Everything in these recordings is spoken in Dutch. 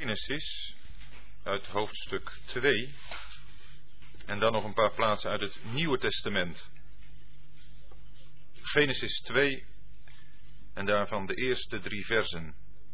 Genesis, uit hoofdstuk 2, en dan nog een paar plaatsen uit het Nieuwe Testament. Genesis 2, en daarvan de eerste 3 versen.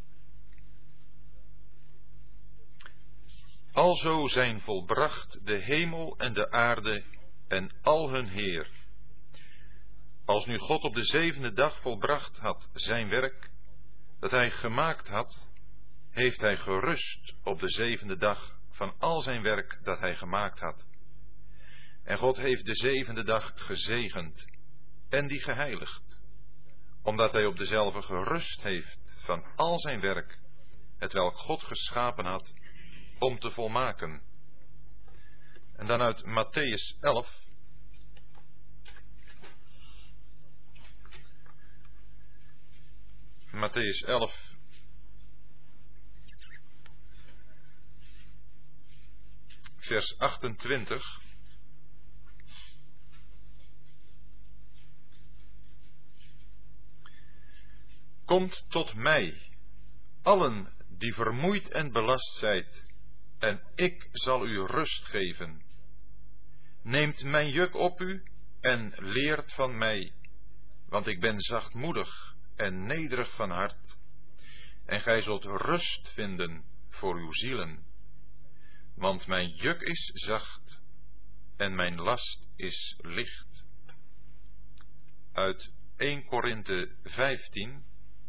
Alzo zijn volbracht de hemel en de aarde en al hun heer. Als nu God op de 7e dag volbracht had zijn werk, dat hij gemaakt had, heeft hij gerust op de 7e dag van al zijn werk dat hij gemaakt had. En God heeft de 7e dag gezegend en die geheiligd, omdat hij op dezelfde gerust heeft van al zijn werk, hetwelk God geschapen had om te volmaken. En dan uit Mattheüs 11. Mattheüs 11. Vers 28. Komt tot mij, allen die vermoeid en belast zijt, en ik zal u rust geven. Neemt mijn juk op u en leert van mij, want ik ben zachtmoedig en nederig van hart, en gij zult rust vinden voor uw zielen. Want mijn juk is zacht en mijn last is licht. Uit 1 Korinthe 15.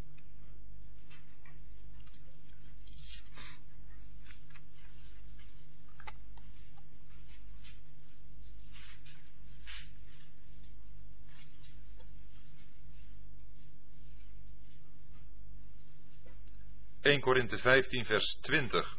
(1 Korinthe 15 vers 20).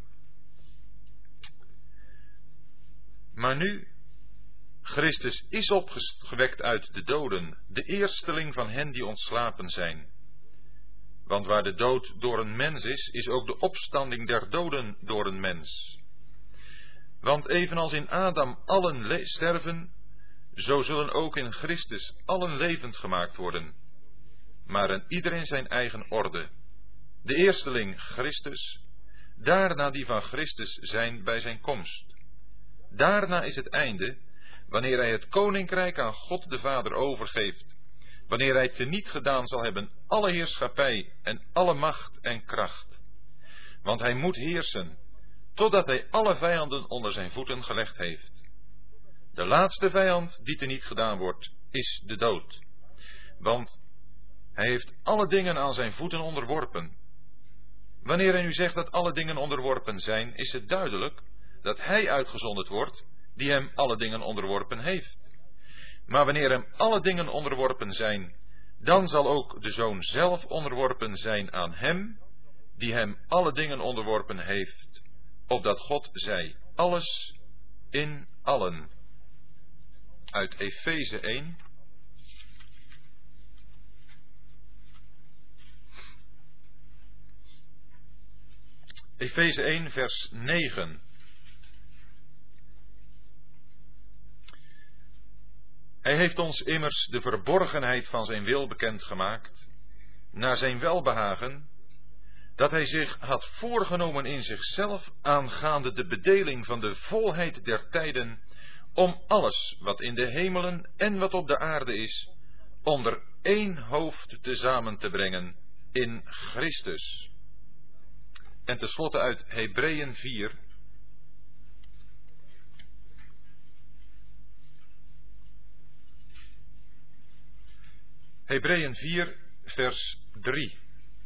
Maar nu, Christus is opgewekt uit de doden, de eersteling van hen die ontslapen zijn. Want waar de dood door een mens is, is ook de opstanding der doden door een mens. Want evenals in Adam allen sterven, zo zullen ook in Christus allen levend gemaakt worden. Maar in iedereen zijn eigen orde. De eersteling Christus, daarna die van Christus zijn bij zijn komst. Daarna is het einde, wanneer hij het koninkrijk aan God de Vader overgeeft, wanneer hij teniet gedaan zal hebben alle heerschappij en alle macht en kracht. Want hij moet heersen, totdat hij alle vijanden onder zijn voeten gelegd heeft. De laatste vijand die teniet gedaan wordt, is de dood. Want hij heeft alle dingen aan zijn voeten onderworpen. Wanneer hij nu zegt dat alle dingen onderworpen zijn, is het duidelijk dat hij uitgezonderd wordt, die hem alle dingen onderworpen heeft. Maar wanneer hem alle dingen onderworpen zijn, dan zal ook de Zoon zelf onderworpen zijn aan hem, die hem alle dingen onderworpen heeft, opdat God zij alles in allen. Uit Efeze 1. Efeze 1 vers 9. Hij heeft ons immers de verborgenheid van zijn wil bekendgemaakt, naar zijn welbehagen, dat hij zich had voorgenomen in zichzelf aangaande de bedeling van de volheid der tijden, om alles wat in de hemelen en wat op de aarde is, onder één hoofd tezamen te brengen in Christus. En tenslotte uit Hebreeën 4. Hebreeën 4 vers 3.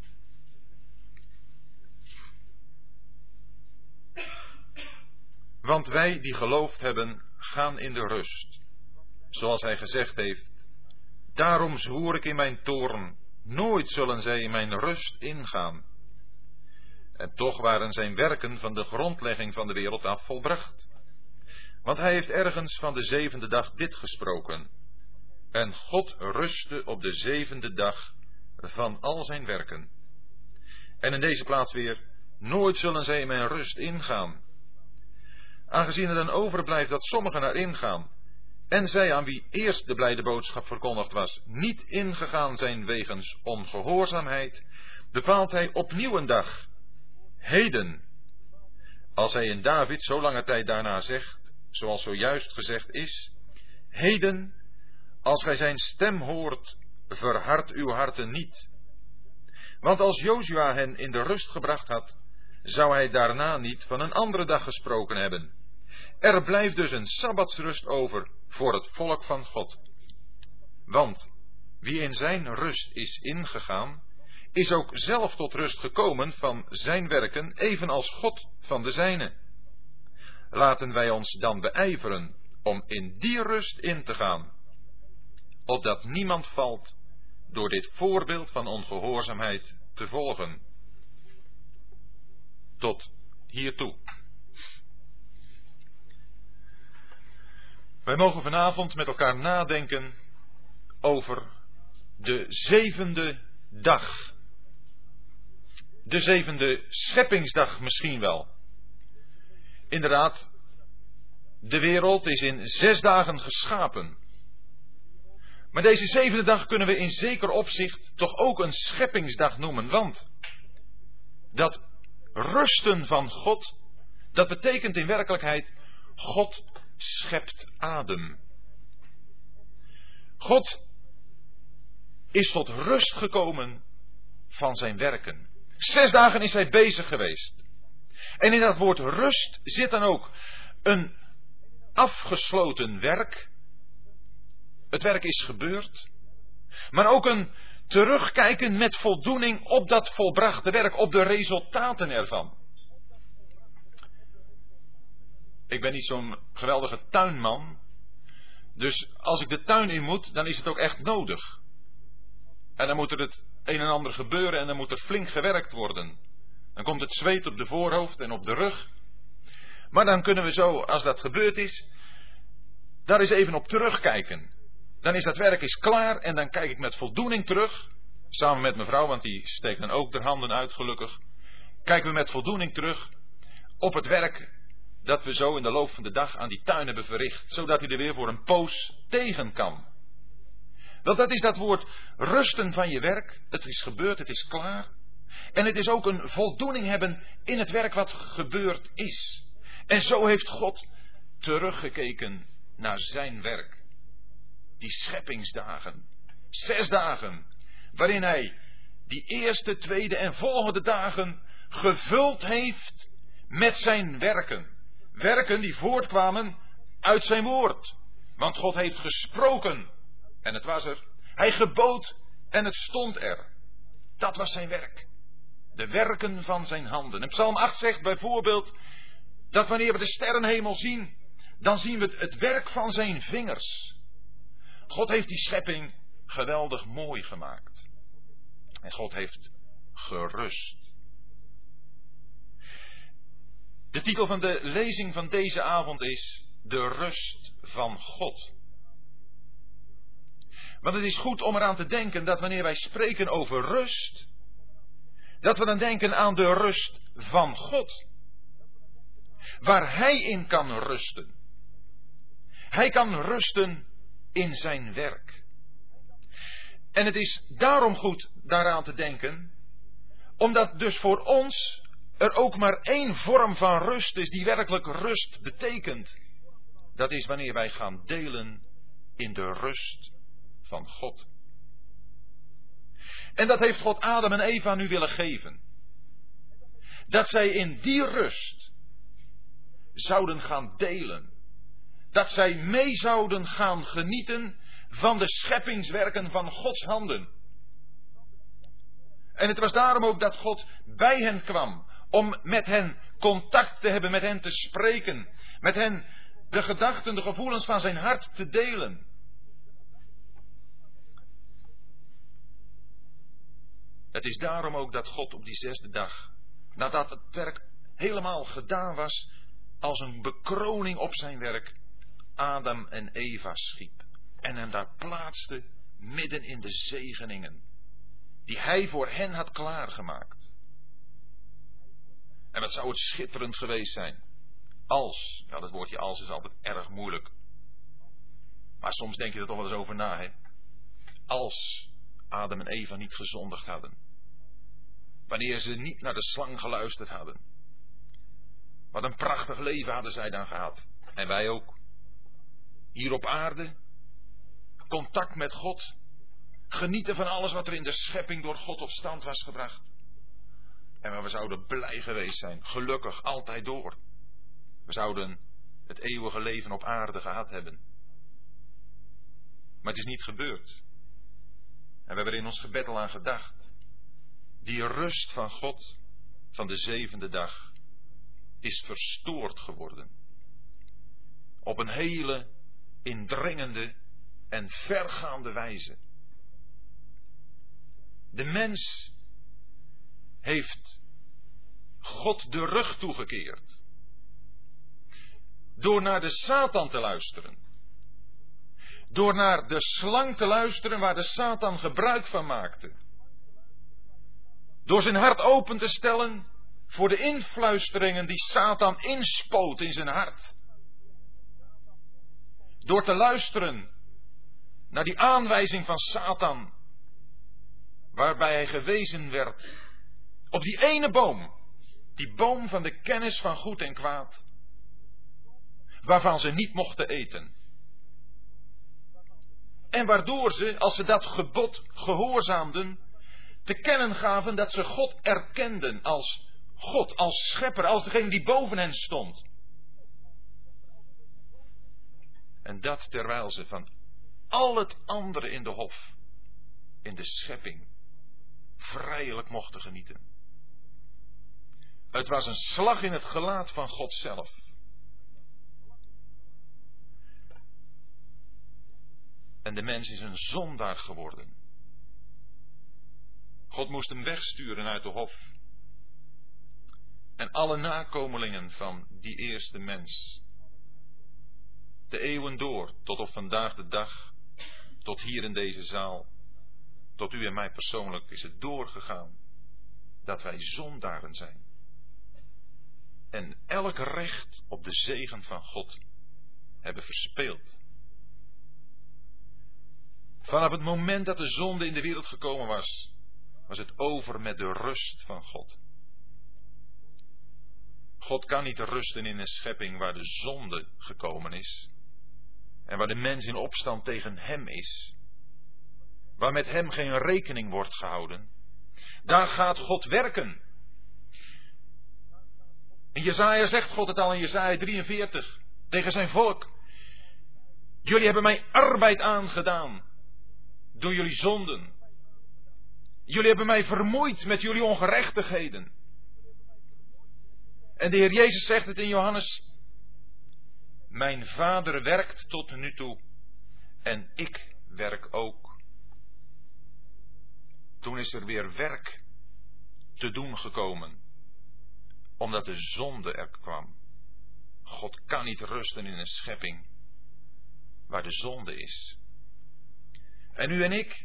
Want wij die geloofd hebben, gaan in de rust. Zoals hij gezegd heeft, daarom zwoer ik in mijn toorn, nooit zullen zij in mijn rust ingaan. En toch waren zijn werken van de grondlegging van de wereld af volbracht. Want hij heeft ergens van de 7e dag dit gesproken. En God rustte op de 7e dag van al zijn werken. En in deze plaats weer, nooit zullen zij in mijn rust ingaan. Aangezien er dan overblijft dat sommigen erin gaan, en zij aan wie eerst de blijde boodschap verkondigd was, niet ingegaan zijn wegens ongehoorzaamheid, bepaalt hij opnieuw een dag, heden, als hij in David zo lange tijd daarna zegt, zoals zojuist gezegd is: heden, als gij zijn stem hoort, verhard uw harten niet. Want als Jozua hen in de rust gebracht had, zou hij daarna niet van een andere dag gesproken hebben. Er blijft dus een sabbatsrust over voor het volk van God. Want wie in zijn rust is ingegaan, is ook zelf tot rust gekomen van zijn werken, evenals God van de zijne. Laten wij ons dan beijveren om in die rust in te gaan, opdat niemand valt door dit voorbeeld van ongehoorzaamheid te volgen. Tot hiertoe. Wij mogen vanavond met elkaar nadenken over de zevende dag. De zevende scheppingsdag misschien wel. Inderdaad, de wereld is in 6 dagen geschapen. Maar deze zevende dag kunnen we in zeker opzicht toch ook een scheppingsdag noemen. Want dat rusten van God, dat betekent in werkelijkheid: God schept adem. God is tot rust gekomen van zijn werken. 6 dagen is hij bezig geweest. En in dat woord rust zit dan ook een afgesloten werk. Het werk is gebeurd. Maar ook een terugkijken met voldoening op dat volbrachte werk, op de resultaten ervan. Ik ben niet zo'n geweldige tuinman. Dus als ik de tuin in moet, dan is het ook echt nodig. En dan moet er het een en ander gebeuren en dan moet er flink gewerkt worden. Dan komt het zweet op de voorhoofd en op de rug. Maar dan kunnen we zo, als dat gebeurd is, daar eens even op terugkijken. Dan is dat werk is klaar en dan kijk ik met voldoening terug. Samen met mijn vrouw, want die steekt dan ook de handen uit gelukkig. Kijken we met voldoening terug op het werk dat we zo in de loop van de dag aan die tuin hebben verricht. Zodat hij er weer voor een poos tegen kan. Want dat is dat woord rusten van je werk. Het is gebeurd, het is klaar. En het is ook een voldoening hebben in het werk wat gebeurd is. En zo heeft God teruggekeken naar zijn werk. Die scheppingsdagen. 6 dagen. Waarin hij die eerste, tweede en volgende dagen gevuld heeft met zijn werken. Werken die voortkwamen uit zijn woord. Want God heeft gesproken. En het was er. Hij gebood en het stond er. Dat was zijn werk. De werken van zijn handen. En Psalm 8 zegt bijvoorbeeld dat wanneer we de sterrenhemel zien, dan zien we het werk van zijn vingers. God heeft die schepping geweldig mooi gemaakt. En God heeft gerust. De titel van de lezing van deze avond is: De rust van God. Want het is goed om eraan te denken dat wanneer wij spreken over rust, dat we dan denken aan de rust van God. Waar hij in kan rusten. Hij kan rusten in zijn werk. En het is daarom goed daaraan te denken, omdat dus voor ons er ook maar één vorm van rust is die werkelijk rust betekent. Dat is wanneer wij gaan delen in de rust van God. En dat heeft God Adam en Eva nu willen geven. Dat zij in die rust zouden gaan delen. Dat zij mee zouden gaan genieten van de scheppingswerken van Gods handen. En het was daarom ook dat God bij hen kwam. Om met hen contact te hebben, met hen te spreken. Met hen de gedachten, de gevoelens van zijn hart te delen. Het is daarom ook dat God op die 6e dag, nadat het werk helemaal gedaan was, als een bekroning op zijn werk, Adam en Eva schiep. En hem daar plaatste midden in de zegeningen die hij voor hen had klaargemaakt. En wat zou het schitterend geweest zijn als, ja, dat woordje als is altijd erg moeilijk. Maar soms denk je er toch wel eens over na, hè. Als Adam en Eva niet gezondigd hadden. Wanneer ze niet naar de slang geluisterd hadden. Wat een prachtig leven hadden zij dan gehad. En wij ook. Hier op aarde. Contact met God. Genieten van alles wat er in de schepping door God tot stand was gebracht. En we zouden blij geweest zijn. Gelukkig altijd door. We zouden het eeuwige leven op aarde gehad hebben. Maar het is niet gebeurd. En we hebben er in ons gebed al aan gedacht. Die rust van God van de 7e dag is verstoord geworden. Op een hele indringende en vergaande wijze. De mens heeft God de rug toegekeerd. Door naar de Satan te luisteren. Door naar de slang te luisteren waar de Satan gebruik van maakte. Door zijn hart open te stellen voor de influisteringen die Satan inspoot in zijn hart. Door te luisteren naar die aanwijzing van Satan, waarbij hij gewezen werd op die ene boom, die boom van de kennis van goed en kwaad, waarvan ze niet mochten eten. En waardoor ze, als ze dat gebod gehoorzaamden, te kennen gaven dat ze God erkenden als God, als schepper, als degene die boven hen stond. En dat terwijl ze van al het andere in de hof, in de schepping, vrijelijk mochten genieten. Het was een slag in het gelaat van God zelf. En de mens is een zondaar geworden. God moest hem wegsturen uit de hof. En alle nakomelingen van die eerste mens. De eeuwen door, tot op vandaag de dag, tot hier in deze zaal, tot u en mij persoonlijk is het doorgegaan dat wij zondaren zijn. En elk recht op de zegen van God hebben verspeeld. Vanaf het moment dat de zonde in de wereld gekomen was, was het over met de rust van God. God kan niet rusten in een schepping waar de zonde gekomen is. En waar de mens in opstand tegen hem is. Waar met hem geen rekening wordt gehouden. Daar gaat God werken. In Jesaja zegt God het al in Jesaja 43 tegen zijn volk. Jullie hebben mij arbeid aangedaan door jullie zonden. Jullie hebben mij vermoeid met jullie ongerechtigheden. En de Heer Jezus zegt het in Johannes. Mijn Vader werkt tot nu toe en ik werk ook. Toen is er weer werk te doen gekomen, omdat de zonde er kwam. God kan niet rusten in een schepping waar de zonde is. En u en ik,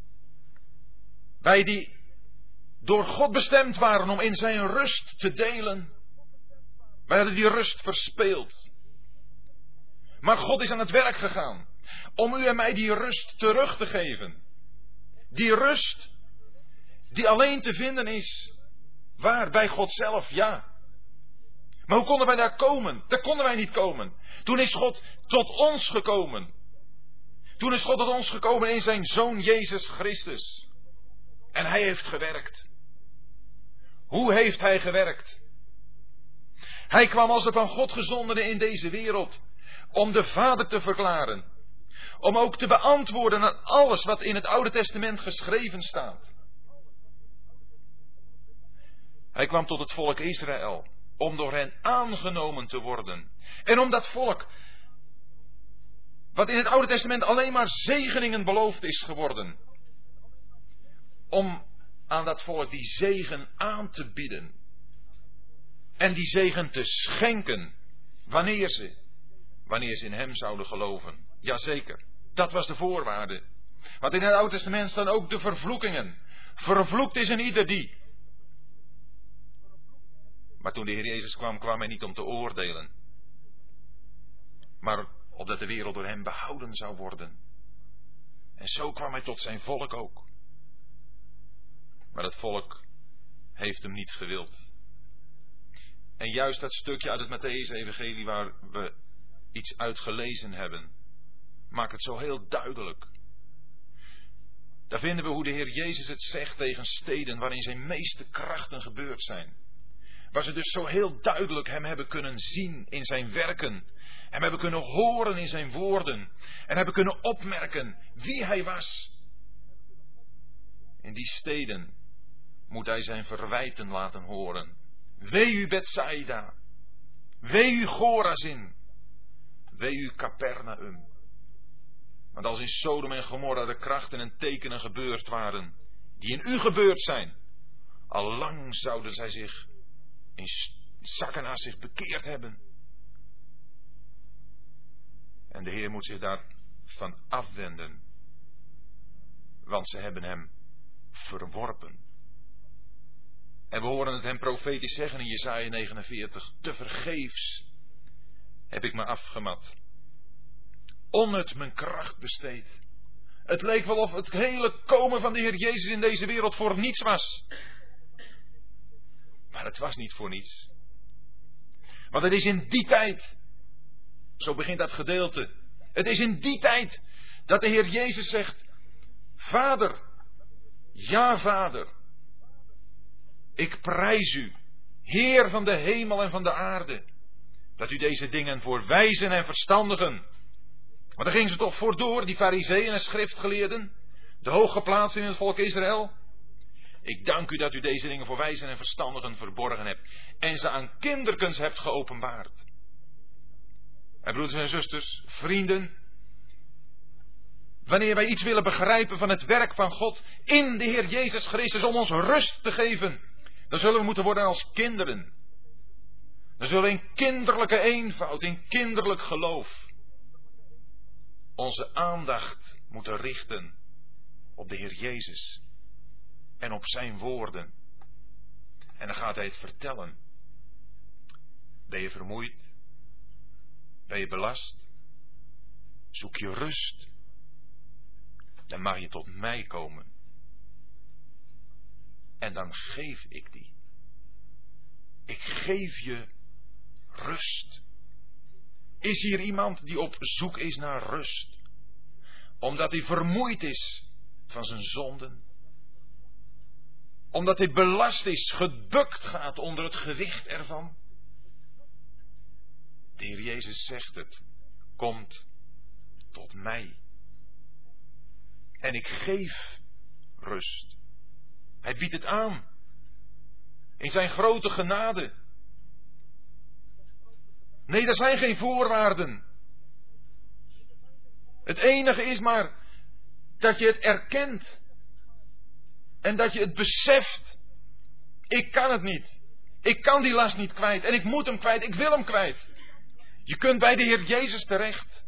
wij die door God bestemd waren om in zijn rust te delen, wij hadden die rust verspeeld. Maar God is aan het werk gegaan om u en mij die rust terug te geven. Die rust die alleen te vinden is. Waar? Bij God zelf, ja. Maar hoe konden wij daar komen? Daar konden wij niet komen. Toen is God tot ons gekomen. Toen is God tot ons gekomen in zijn Zoon Jezus Christus. En hij heeft gewerkt. Hoe heeft hij gewerkt? Hij kwam als de van God gezondene in deze wereld. Om de Vader te verklaren. Om ook te beantwoorden aan alles wat in het Oude Testament geschreven staat. Hij kwam tot het volk Israël. Om door hen aangenomen te worden. En om dat volk, wat in het Oude Testament alleen maar zegeningen beloofd is geworden. Om aan dat volk die zegen aan te bieden. En die zegen te schenken. Wanneer ze in hem zouden geloven. Jazeker, dat was de voorwaarde. Want in het Oude Testament staan ook de vervloekingen. Vervloekt is een ieder die. Maar toen de Heer Jezus kwam, kwam hij niet om te oordelen. Maar opdat de wereld door hem behouden zou worden. En zo kwam hij tot zijn volk ook. Maar dat volk heeft hem niet gewild. En juist dat stukje uit het Mattheüs-evangelie waar we iets uit gelezen hebben, maakt het zo heel duidelijk. Daar vinden we hoe de Heer Jezus het zegt tegen steden waarin zijn meeste krachten gebeurd zijn. Waar ze dus zo heel duidelijk hem hebben kunnen zien in zijn werken. Hem hebben kunnen horen in zijn woorden. En hebben kunnen opmerken wie hij was. In die steden moet hij zijn verwijten laten horen. Wee u Bethsaida. Wee u Chorazin. Wee u Capernaum. Want als in Sodom en Gomorra de krachten en tekenen gebeurd waren, die in u gebeurd zijn, al lang zouden zij zich in zakken naast zich bekeerd hebben. En de Heer moet zich daarvan afwenden, want ze hebben hem verworpen. En we horen het hem profetisch zeggen in Jesaja 49, tevergeefs heb ik me afgemat. Onnut mijn kracht besteed. Het leek wel of het hele komen van de Heer Jezus in deze wereld voor niets was. Maar het was niet voor niets. Want het is in die tijd, zo begint dat gedeelte, het is in die tijd dat de Heer Jezus zegt, Vader, ja Vader, ik prijs u, Heer van de hemel en van de aarde, dat u deze dingen voor wijzen en verstandigen. Want daar gingen ze toch voor door, die farizeeën en schriftgeleerden, de hooggeplaatsten in het volk Israël. Ik dank u dat u deze dingen voor wijzen en verstandigen verborgen hebt. En ze aan kinderkens hebt geopenbaard. En broeders en zusters, vrienden. Wanneer wij iets willen begrijpen van het werk van God in de Heer Jezus Christus om ons rust te geven, dan zullen we moeten worden als kinderen. Dan zullen we in kinderlijke eenvoud, in kinderlijk geloof, onze aandacht moeten richten op de Heer Jezus. En op zijn woorden. En dan gaat hij het vertellen. Ben je vermoeid? Ben je belast? Zoek je rust? Dan mag je tot mij komen. En dan geef ik die. Ik geef je rust. Is hier iemand die op zoek is naar rust? Omdat hij vermoeid is van zijn zonden? Omdat hij belast is, gebukt gaat onder het gewicht ervan? De Heer Jezus zegt het. Komt tot mij. En ik geef rust. Hij biedt het aan. In zijn grote genade. Nee, er zijn geen voorwaarden. Het enige is maar dat je het erkent. En dat je het beseft. Ik kan het niet. Ik kan die last niet kwijt. En ik moet hem kwijt. Ik wil hem kwijt. Je kunt bij de Heer Jezus terecht.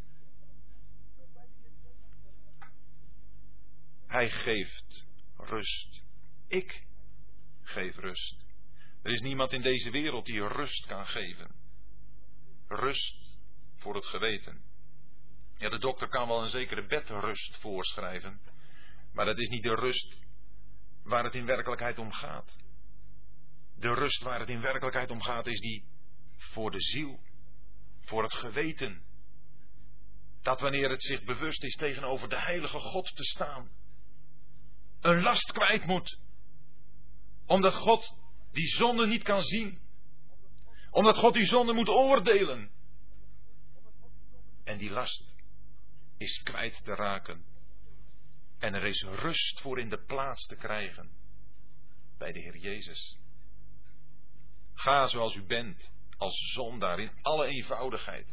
Hij geeft rust. Ik geef rust. Er is niemand in deze wereld die rust kan geven. Rust voor het geweten. Ja, de dokter kan wel een zekere bedrust voorschrijven. Maar dat is niet de rust waar het in werkelijkheid om gaat. De rust waar het in werkelijkheid om gaat is die voor de ziel. Voor het geweten. Dat wanneer het zich bewust is tegenover de heilige God te staan. Een last kwijt moet. Omdat God die zonde niet kan zien. Omdat God die zonde moet oordelen. En die last is kwijt te raken. En er is rust voor in de plaats te krijgen. Bij de Heer Jezus. Ga zoals u bent. Als zondaar in alle eenvoudigheid.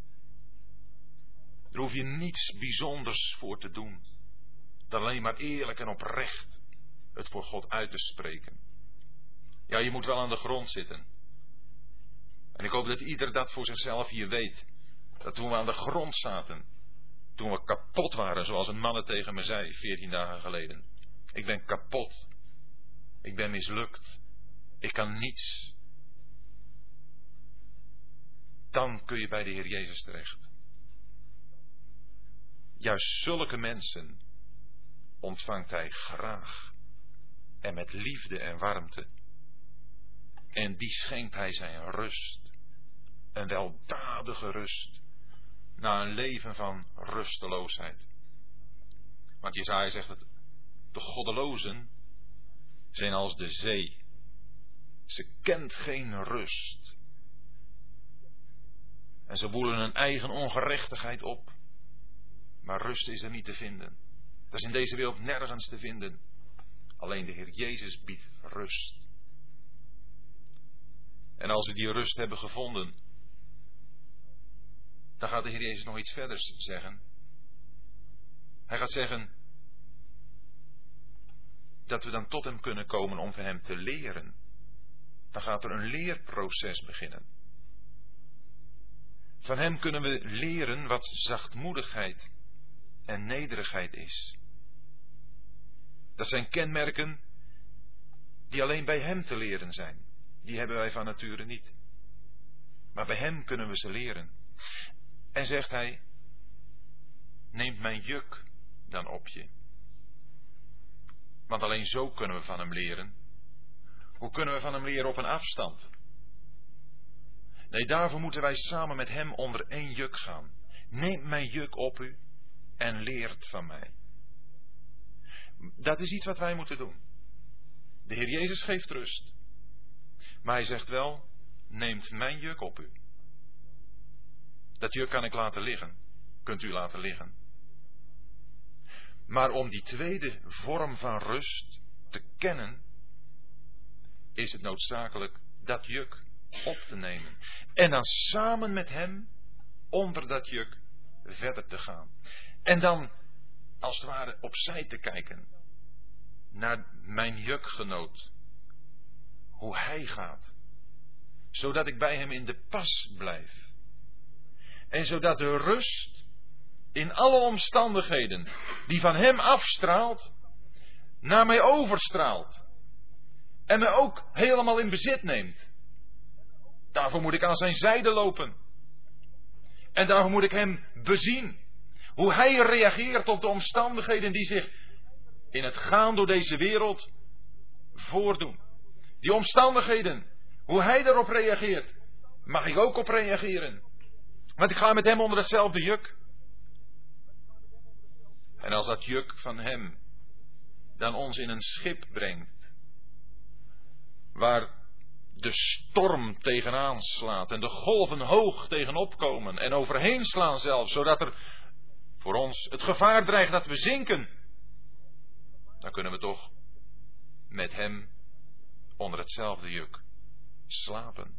Daar hoef je niets bijzonders voor te doen. Dan alleen maar eerlijk en oprecht het voor God uit te spreken. Ja, je moet wel aan de grond zitten. En ik hoop dat ieder dat voor zichzelf hier weet. Dat toen we aan de grond zaten, toen we kapot waren, zoals een man het tegen me zei 14 dagen geleden. Ik ben kapot. Ik ben mislukt. Ik kan niets. Dan kun je bij de Heer Jezus terecht. Juist zulke mensen ontvangt hij graag. En met liefde en warmte. En die schenkt hij zijn rust. Een weldadige rust. Na een leven van rusteloosheid. Want Jesaja zegt het. De goddelozen zijn als de zee. Ze kent geen rust. En ze woelen hun eigen ongerechtigheid op. Maar rust is er niet te vinden. Dat is in deze wereld nergens te vinden. Alleen de Heer Jezus biedt rust. En als we die rust hebben gevonden, dan gaat de Heer Jezus nog iets verder zeggen. Hij gaat zeggen dat we dan tot hem kunnen komen om van hem te leren. Dan gaat er een leerproces beginnen. Van hem kunnen we leren wat zachtmoedigheid en nederigheid is. Dat zijn kenmerken die alleen bij hem te leren zijn. Die hebben wij van nature niet. Maar bij hem kunnen we ze leren. En zegt hij, neemt mijn juk dan op je. Want alleen zo kunnen we van hem leren. Hoe kunnen we van hem leren op een afstand? Nee, daarvoor moeten wij samen met hem onder één juk gaan. Neemt mijn juk op u en leert van mij. Dat is iets wat wij moeten doen. De Heer Jezus geeft rust. Maar hij zegt wel, neemt mijn juk op u. Dat juk kan ik laten liggen. Kunt u laten liggen. Maar om die tweede vorm van rust te kennen, is het noodzakelijk dat juk op te nemen. En dan samen met hem onder dat juk verder te gaan. En dan, als het ware, opzij te kijken naar mijn jukgenoot. Hoe hij gaat. Zodat ik bij hem in de pas blijf. En zodat de rust in alle omstandigheden die van hem afstraalt, naar mij overstraalt. En me ook helemaal in bezit neemt. Daarvoor moet ik aan zijn zijde lopen. En daarvoor moet ik hem bezien. Hoe hij reageert op de omstandigheden die zich in het gaan door deze wereld voordoen. Die omstandigheden, hoe hij daarop reageert, mag ik ook op reageren. Want ik ga met hem onder hetzelfde juk. En als dat juk van hem dan ons in een schip brengt, waar de storm tegenaan slaat en de golven hoog tegenop komen en overheen slaan zelfs, zodat er voor ons het gevaar dreigt dat we zinken, dan kunnen we toch met hem onder hetzelfde juk slapen.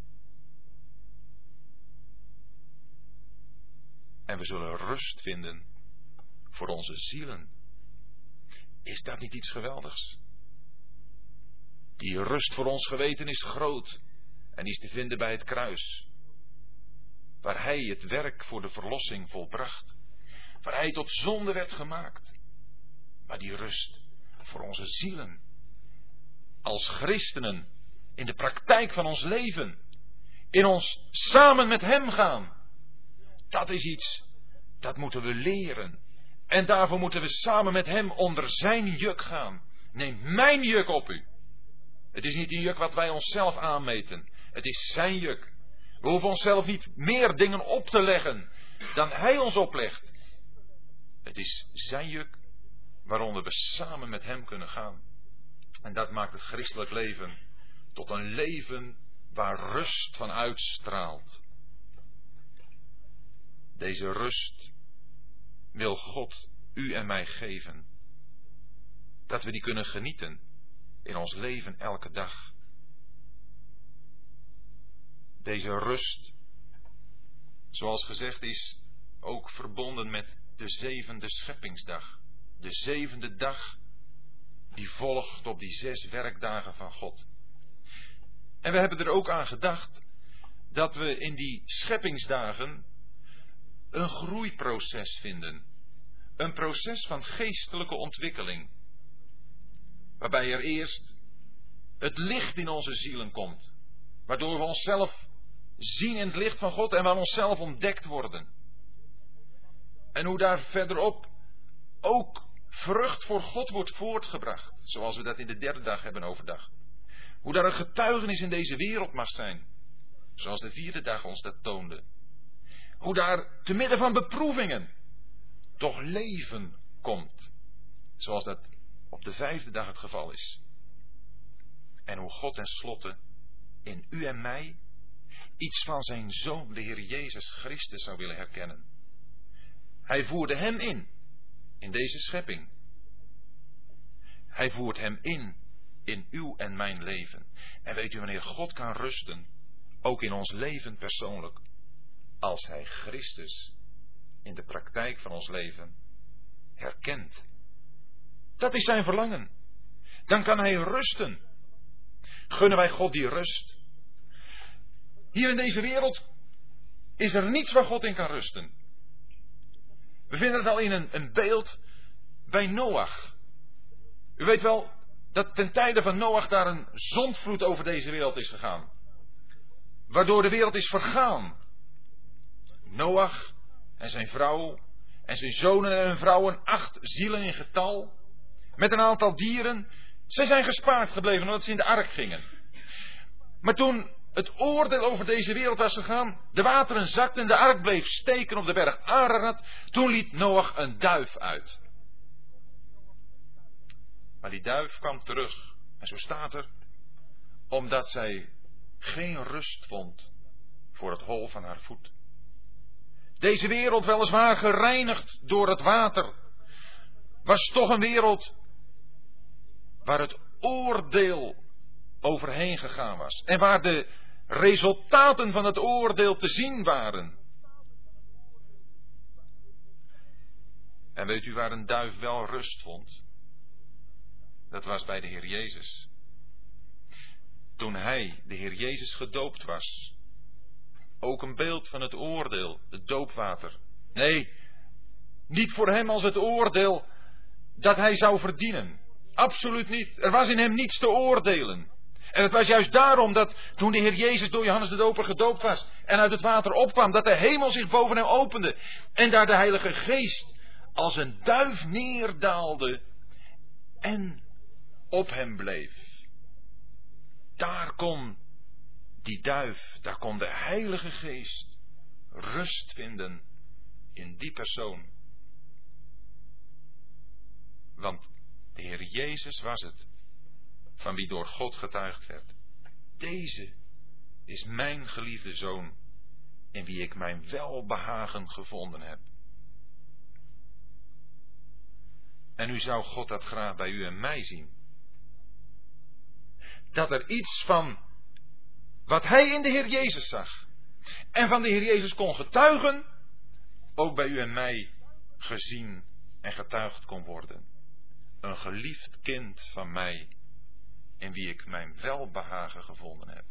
En we zullen rust vinden voor onze zielen. Is dat niet iets geweldigs? Die rust voor ons geweten is groot en is te vinden bij het kruis. Waar hij het werk voor de verlossing volbracht. Waar hij tot zonde werd gemaakt. Maar die rust voor onze zielen. Als christenen in de praktijk van ons leven. In ons samen met hem gaan. Dat is iets, dat moeten we leren. En daarvoor moeten we samen met hem onder zijn juk gaan. Neem mijn juk op u. Het is niet een juk wat wij onszelf aanmeten. Het is zijn juk. We hoeven onszelf niet meer dingen op te leggen dan hij ons oplegt. Het is zijn juk waaronder we samen met hem kunnen gaan. En dat maakt het christelijk leven tot een leven waar rust van uitstraalt. Deze rust wil God u en mij geven. Dat we die kunnen genieten in ons leven elke dag. Deze rust, zoals gezegd is, ook verbonden met de 7e scheppingsdag. De 7e dag die volgt op die 6 werkdagen van God. En we hebben er ook aan gedacht dat we in die scheppingsdagen een groeiproces vinden. Een proces van geestelijke ontwikkeling. Waarbij er eerst het licht in onze zielen komt. Waardoor we onszelf zien in het licht van God en waar onszelf ontdekt worden. En hoe daar verderop ook vrucht voor God wordt voortgebracht. Zoals we dat in de 3e dag hebben overdacht. Hoe daar een getuigenis in deze wereld mag zijn. Zoals de 4e dag ons dat toonde. Hoe daar te midden van beproevingen toch leven komt. Zoals dat op de 5e dag het geval is. En hoe God tenslotte in u en mij iets van zijn Zoon, de Heer Jezus Christus, zou willen herkennen. Hij voerde hem in deze schepping. Hij voert hem in uw en mijn leven. En weet u wanneer God kan rusten, ook in ons leven persoonlijk, als hij Christus in de praktijk van ons leven herkent. Dat is zijn verlangen. Dan kan hij rusten. Gunnen wij God die rust? Hier in deze wereld is er niets waar God in kan rusten. We vinden het al in een beeld bij Noach. U weet wel dat ten tijde van Noach daar een zondvloed over deze wereld is gegaan. Waardoor de wereld is vergaan. Noach en zijn vrouw en zijn zonen en hun vrouwen, 8 zielen in getal. Met een aantal dieren. Zij zijn gespaard gebleven omdat ze in de ark gingen. Maar toen het oordeel over deze wereld was gegaan, de wateren zakten en de ark bleef steken op de berg Ararat, toen liet Noach een duif uit. Maar die duif kwam terug. En zo staat er, omdat zij geen rust vond voor het hol van haar voet. Deze wereld, weliswaar gereinigd door het water, was toch een wereld waar het oordeel overheen gegaan was. En waar de resultaten van het oordeel te zien waren. En weet u waar een duif wel rust vond? Dat was bij de Heer Jezus. Toen hij, de Heer Jezus, gedoopt was. Ook een beeld van het oordeel, het doopwater. Nee, niet voor hem als het oordeel dat hij zou verdienen. Absoluut niet. Er was in hem niets te oordelen. En het was juist daarom dat toen de Heer Jezus door Johannes de Doper gedoopt was en uit het water opkwam, dat de hemel zich boven hem opende en daar de Heilige Geest als een duif neerdaalde en op hem bleef. Daar kon die duif, daar kon de Heilige Geest rust vinden in die persoon. Want de Heer Jezus was het van wie door God getuigd werd. Deze is mijn geliefde Zoon, in wie ik mijn welbehagen gevonden heb. En nu zou God dat graag bij u en mij zien. Dat er iets van wat hij in de Heer Jezus zag en van de Heer Jezus kon getuigen, ook bij u en mij gezien en getuigd kon worden. Een geliefd kind van mij, in wie ik mijn welbehagen gevonden heb.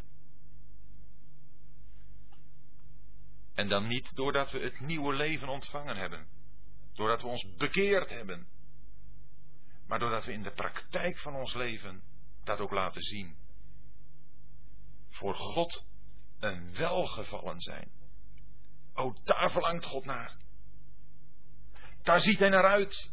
En dan niet doordat we het nieuwe leven ontvangen hebben, doordat we ons bekeerd hebben, maar doordat we in de praktijk van ons leven dat ook laten zien. Voor God een welgevallen zijn. O, daar verlangt God naar. Daar ziet hij naar uit.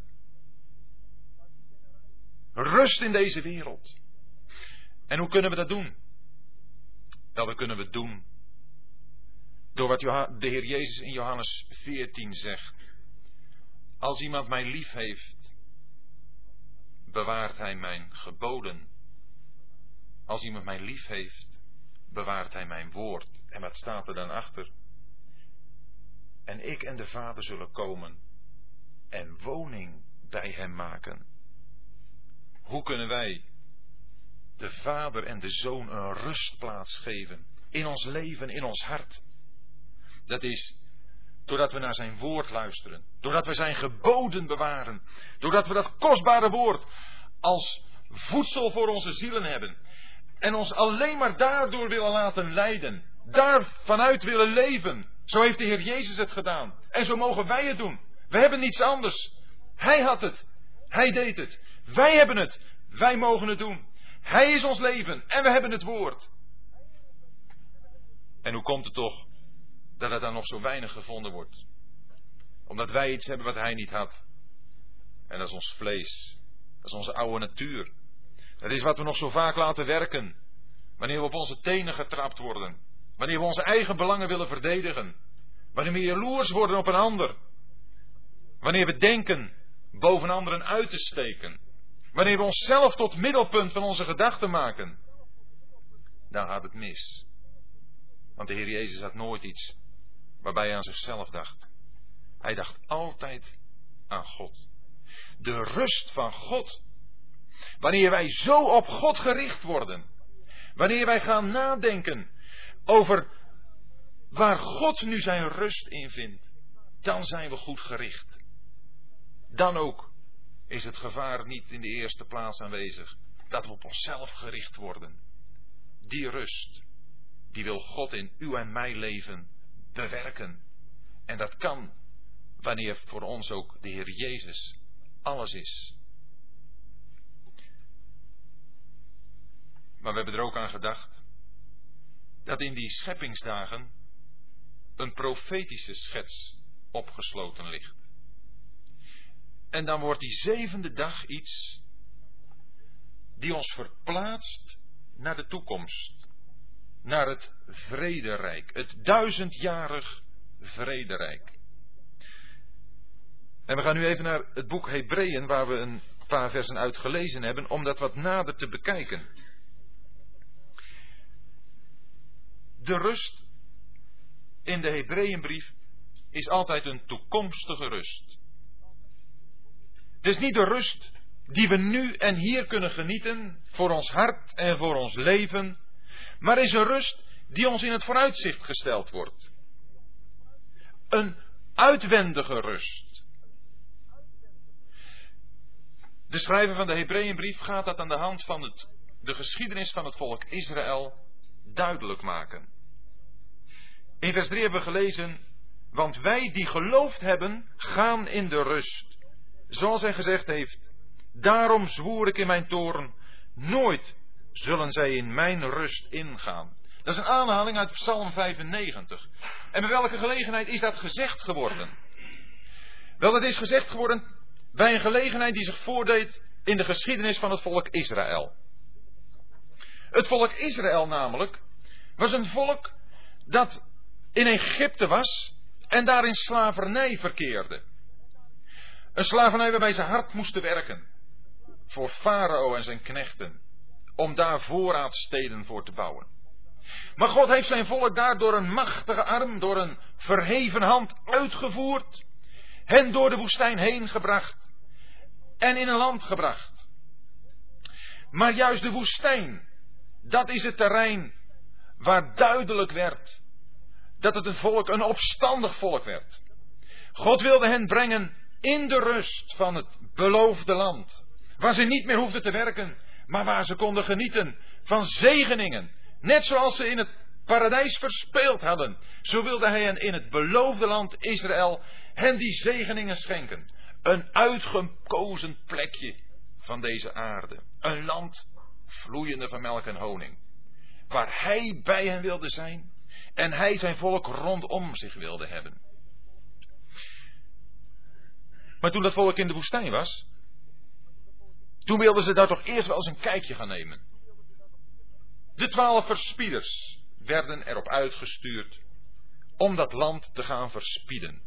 Rust in deze wereld. En hoe kunnen we dat doen? Wel, dat kunnen we doen door wat de Heer Jezus in Johannes 14 zegt. Als iemand mij lief heeft, bewaart hij mijn geboden. Als iemand mij lief heeft, bewaart hij mijn woord. En wat staat er dan achter? En ik en de Vader zullen komen en woning bij hem maken. Hoe kunnen wij de Vader en de Zoon een rustplaats geven in ons leven, in ons hart? Dat is doordat we naar zijn woord luisteren, doordat we zijn geboden bewaren, doordat we dat kostbare woord als voedsel voor onze zielen hebben en ons alleen maar daardoor willen laten leiden, daar vanuit willen leven. Zo heeft de Heer Jezus het gedaan en zo mogen wij het doen. We hebben niets anders. Hij had het. Hij deed het. Wij hebben het. Wij mogen het doen. Hij is ons leven en we hebben het woord. En hoe komt het toch dat het dan nog zo weinig gevonden wordt? Omdat wij iets hebben wat hij niet had. En dat is ons vlees. Dat is onze oude natuur. Dat is wat we nog zo vaak laten werken. Wanneer we op onze tenen getrapt worden. Wanneer we onze eigen belangen willen verdedigen. Wanneer we jaloers worden op een ander. Wanneer we denken boven anderen uit te steken. Wanneer we onszelf tot middelpunt van onze gedachten maken. Dan gaat het mis. Want de Heer Jezus had nooit iets waarbij hij aan zichzelf dacht. Hij dacht altijd aan God. De rust van God. Wanneer wij zo op God gericht worden. Wanneer wij gaan nadenken over waar God nu zijn rust in vindt. Dan zijn we goed gericht. Dan ook is het gevaar niet in de eerste plaats aanwezig. Dat we op onszelf gericht worden. Die rust, die wil God in uw en mijn leven bewerken. En dat kan wanneer voor ons ook de Heer Jezus alles is. Maar we hebben er ook aan gedacht dat in die scheppingsdagen een profetische schets opgesloten ligt. En dan wordt die zevende dag iets die ons verplaatst naar de toekomst. Naar het vrederijk. Het 1000-jarig vrederijk. En we gaan nu even naar het boek Hebreeën, waar we een paar versen uit gelezen hebben, om dat wat nader te bekijken. De rust in de Hebreeënbrief is altijd een toekomstige rust. Het is niet de rust die we nu en hier kunnen genieten voor ons hart en voor ons leven, maar is een rust die ons in het vooruitzicht gesteld wordt. Een uitwendige rust. De schrijver van de Hebreeënbrief gaat dat aan de hand van de geschiedenis van het volk Israël duidelijk maken. In vers 3 hebben we gelezen, want wij die geloofd hebben, gaan in de rust. Zoals hij gezegd heeft, daarom zwoer ik in mijn toorn, nooit zullen zij in mijn rust ingaan. Dat is een aanhaling uit Psalm 95. En bij welke gelegenheid is dat gezegd geworden? Wel, het is gezegd geworden bij een gelegenheid die zich voordeed in de geschiedenis van het volk Israël. Het volk Israël namelijk was een volk dat in Egypte was en daar in slavernij verkeerde. Een slavernij waarbij ze hard moesten werken voor Farao en zijn knechten, om daar voorraadsteden voor te bouwen. Maar God heeft zijn volk daar door een machtige arm, door een verheven hand uitgevoerd, hen door de woestijn heen gebracht en in een land gebracht. Maar juist de woestijn, dat is het terrein waar duidelijk werd dat het een opstandig volk werd. God wilde hen brengen in de rust van het beloofde land, waar ze niet meer hoefden te werken, maar waar ze konden genieten van zegeningen. Net zoals ze in het paradijs verspeeld hadden, zo wilde hij hen in het beloofde land Israël hen die zegeningen schenken. Een uitgekozen plekje van deze aarde. Een land vloeiende van melk en honing. Waar hij bij hen wilde zijn en hij zijn volk rondom zich wilde hebben. Maar toen dat volk in de woestijn was, toen wilden ze daar toch eerst wel eens een kijkje gaan nemen. De 12 verspieders werden erop uitgestuurd om dat land te gaan verspieden.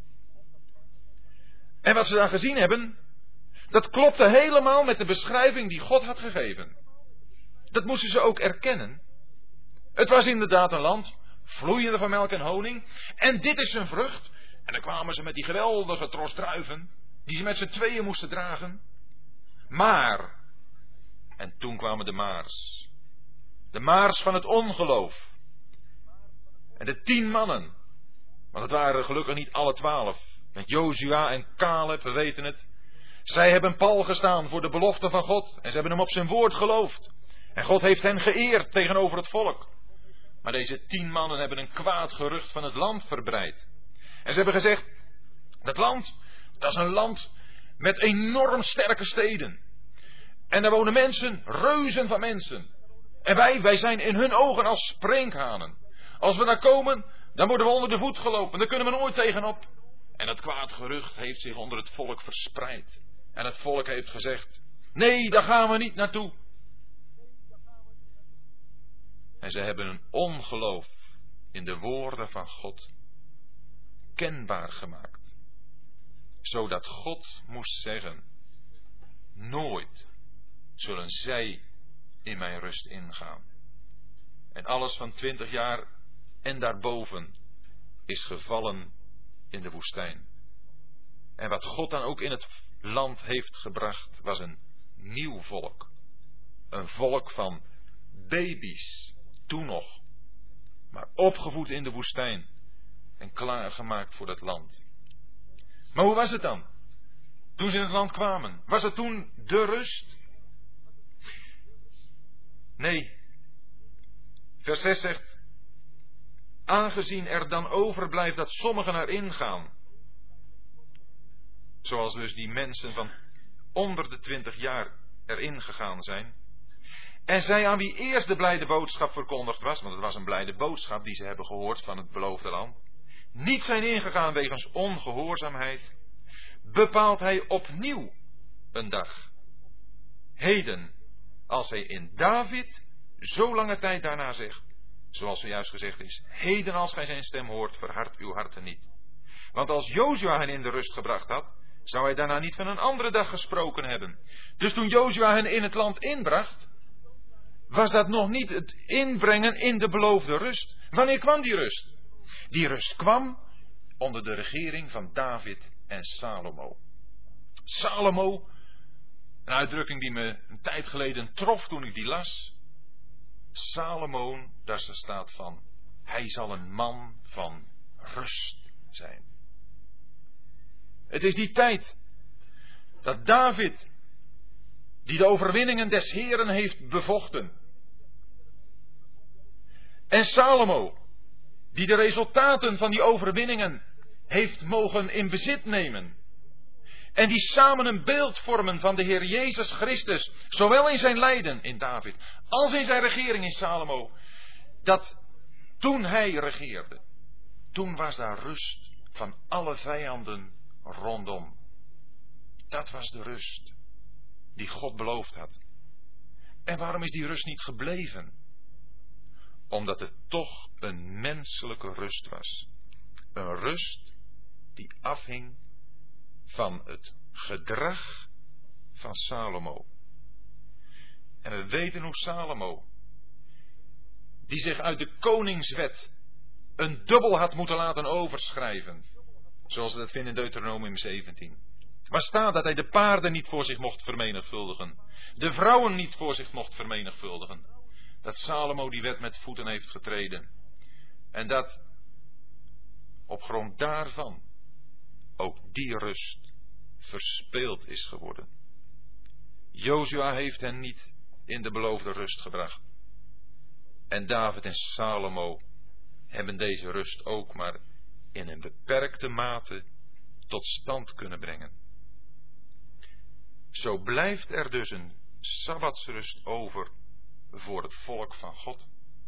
En wat ze daar gezien hebben, dat klopte helemaal met de beschrijving die God had gegeven. Dat moesten ze ook erkennen. Het was inderdaad een land vloeiende van melk en honing. En dit is zijn vrucht. En dan kwamen ze met die geweldige tros druiven, die ze met z'n tweeën moesten dragen. Maar, en toen kwamen de maars. De maars van het ongeloof. En de 10 mannen. Want het waren gelukkig niet alle 12. Met Jozua en Caleb, we weten het. Zij hebben pal gestaan voor de belofte van God. En ze hebben hem op zijn woord geloofd. En God heeft hen geëerd tegenover het volk. Maar deze 10 mannen hebben een kwaad gerucht van het land verbreid. En ze hebben gezegd, dat land, dat is een land met enorm sterke steden. En daar wonen mensen, reuzen van mensen. En wij zijn in hun ogen als sprinkhanen. Als we daar komen, dan worden we onder de voet gelopen. Daar kunnen we nooit tegenop. En dat kwaad gerucht heeft zich onder het volk verspreid. En het volk heeft gezegd, nee, daar gaan we niet naartoe. En ze hebben een ongeloof in de woorden van God kenbaar gemaakt. Zodat God moest zeggen, nooit zullen zij in mijn rust ingaan. En alles van 20 jaar en daarboven is gevallen in de woestijn. En wat God dan ook in het land heeft gebracht, was een nieuw volk. Een volk van baby's, toen nog, maar opgevoed in de woestijn en klaargemaakt voor dat land. Maar hoe was het dan? Toen ze in het land kwamen, was het toen de rust? Nee. Vers 6 zegt, aangezien er dan overblijft dat sommigen erin gaan, zoals dus die mensen van onder de 20 jaar erin gegaan zijn, en zij aan wie eerst de blijde boodschap verkondigd was, want het was een blijde boodschap die ze hebben gehoord van het beloofde land, niet zijn ingegaan wegens ongehoorzaamheid, bepaalt hij opnieuw een dag. Heden, als hij in David zo lange tijd daarna zegt, zoals zojuist gezegd is, heden als gij zijn stem hoort, verhard uw harten niet. Want als Jozua hen in de rust gebracht had, zou hij daarna niet van een andere dag gesproken hebben. Dus toen Jozua hen in het land inbracht, was dat nog niet het inbrengen in de beloofde rust. Wanneer kwam die rust? Die rust kwam onder de regering van David en Salomo. Salomo, een uitdrukking die me een tijd geleden trof toen ik die las. Salomo, daar staat van, hij zal een man van rust zijn. Het is die tijd dat David, die de overwinningen des Heeren heeft bevochten, en Salomo, die de resultaten van die overwinningen heeft mogen in bezit nemen, en die samen een beeld vormen van de Heer Jezus Christus, zowel in zijn lijden in David, als in zijn regering in Salomo, dat toen hij regeerde, toen was daar rust van alle vijanden rondom. Dat was de rust die God beloofd had. En waarom is die rust niet gebleven? Omdat het toch een menselijke rust was. Een rust die afhing van het gedrag van Salomo. En we weten hoe Salomo, die zich uit de koningswet een dubbel had moeten laten overschrijven, zoals we dat vinden in Deuteronomium 17. Maar staat dat hij de paarden niet voor zich mocht vermenigvuldigen, de vrouwen niet voor zich mocht vermenigvuldigen. Dat Salomo die wet met voeten heeft getreden. En dat op grond daarvan ook die rust verspeeld is geworden. Jozua heeft hen niet in de beloofde rust gebracht. En David en Salomo hebben deze rust ook maar in een beperkte mate tot stand kunnen brengen. Zo blijft er dus een sabbatsrust over voor het volk van God.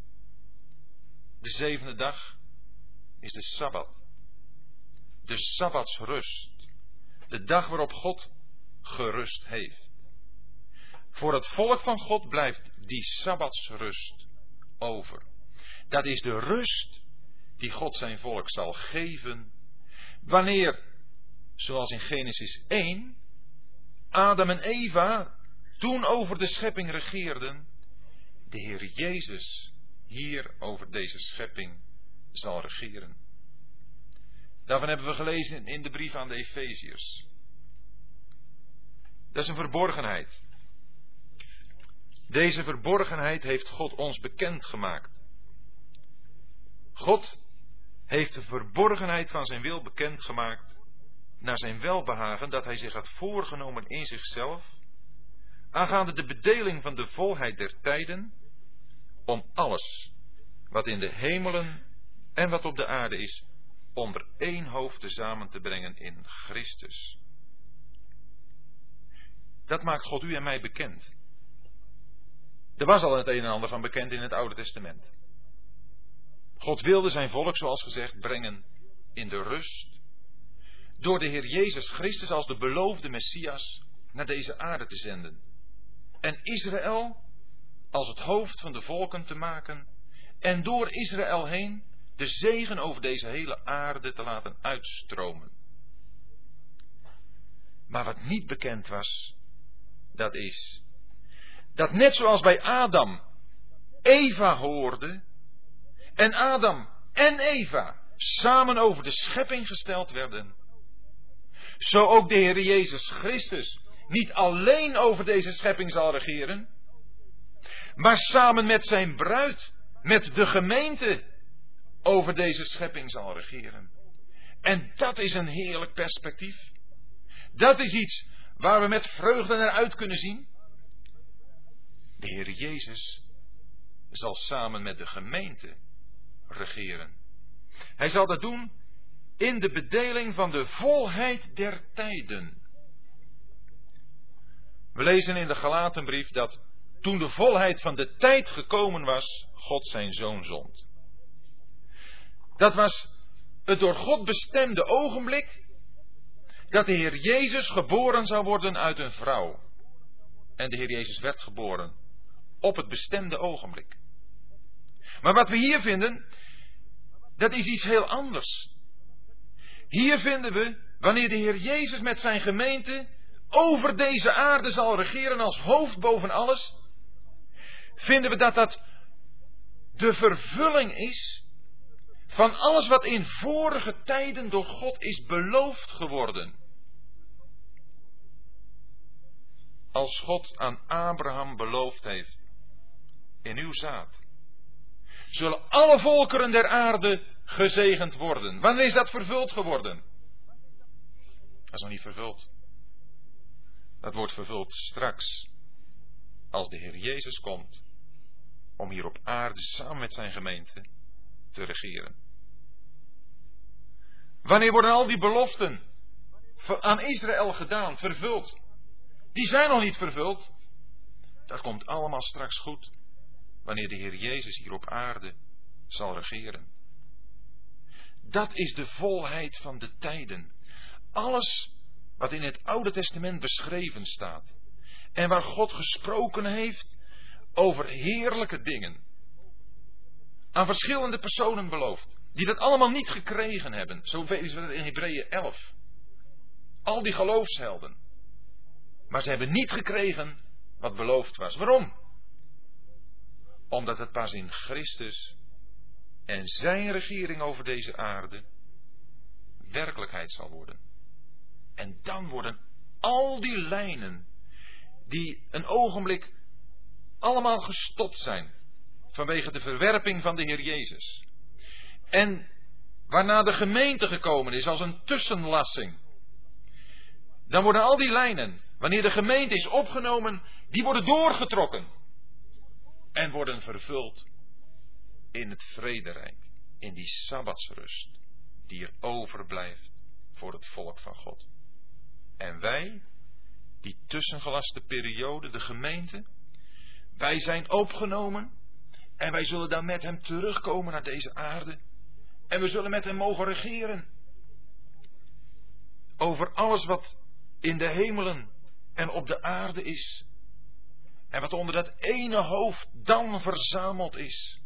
De 7e dag is de Sabbat. De Sabbatsrust. De dag waarop God gerust heeft. Voor het volk van God blijft die Sabbatsrust over. Dat is de rust die God zijn volk zal geven wanneer, zoals in Genesis 1, Adam en Eva toen over de schepping regeerden, de Heer Jezus hier over deze schepping zal regeren. Daarvan hebben we gelezen in de brief aan de Efeziërs. Dat is een verborgenheid. Deze verborgenheid heeft God ons bekendgemaakt. God heeft de verborgenheid van zijn wil bekendgemaakt naar zijn welbehagen dat hij zich had voorgenomen in zichzelf, aangaande de bedeling van de volheid der tijden, om alles wat in de hemelen en wat op de aarde is, onder één hoofd tezamen te brengen in Christus. Dat maakt God u en mij bekend. Er was al het een en ander van bekend in het Oude Testament. God wilde zijn volk, zoals gezegd, brengen in de rust, door de Heer Jezus Christus als de beloofde Messias naar deze aarde te zenden. En Israël als het hoofd van de volken te maken, en door Israël heen de zegen over deze hele aarde te laten uitstromen. Maar wat niet bekend was, dat is dat net zoals bij Adam Eva hoorde en Adam en Eva samen over de schepping gesteld werden, zo ook de Heer Jezus Christus niet alleen over deze schepping zal regeren, maar samen met zijn bruid, met de gemeente, over deze schepping zal regeren. En dat is een heerlijk perspectief. Dat is iets waar we met vreugde naar uit kunnen zien. De Heer Jezus zal samen met de gemeente regeren. Hij zal dat doen in de bedeling van de volheid der tijden. We lezen in de Galatenbrief dat toen de volheid van de tijd gekomen was, God zijn Zoon zond. Dat was het door God bestemde ogenblik dat de Heer Jezus geboren zou worden uit een vrouw. En de Heer Jezus werd geboren op het bestemde ogenblik. Maar wat we hier vinden, dat is iets heel anders. Hier vinden we, wanneer de Heer Jezus met zijn gemeente over deze aarde zal regeren als hoofd boven alles, vinden we dat de vervulling is van alles wat in vorige tijden door God is beloofd geworden. Als God aan Abraham beloofd heeft, in uw zaad zullen alle volkeren der aarde gezegend worden. Wanneer is dat vervuld geworden? Dat is nog niet vervuld. Dat wordt vervuld straks, als de Heer Jezus komt, om hier op aarde samen met zijn gemeente te regeren. Wanneer worden al die beloften aan Israël gedaan, vervuld? Die zijn nog niet vervuld. Dat komt allemaal straks goed, wanneer de Heer Jezus hier op aarde zal regeren. Dat is de volheid van de tijden. Alles wat in het Oude Testament beschreven staat en waar God gesproken heeft over heerlijke dingen, aan verschillende personen beloofd, die dat allemaal niet gekregen hebben. Zo is het in Hebreeën 11. Al die geloofshelden. Maar ze hebben niet gekregen wat beloofd was. Waarom? Omdat het pas in Christus en zijn regering over deze aarde werkelijkheid zal worden. En dan worden al die lijnen die een ogenblik allemaal gestopt zijn vanwege de verwerping van de Heer Jezus. En waarna de gemeente gekomen is als een tussenlassing. Dan worden al die lijnen, wanneer de gemeente is opgenomen, die worden doorgetrokken. En worden vervuld in het vrederijk. In die sabbatsrust die er overblijft voor het volk van God. En wij, die tussengelaste periode, de gemeente, wij zijn opgenomen en wij zullen dan met hem terugkomen naar deze aarde. En we zullen met hem mogen regeren. Over alles wat in de hemelen en op de aarde is. En wat onder dat ene hoofd dan verzameld is.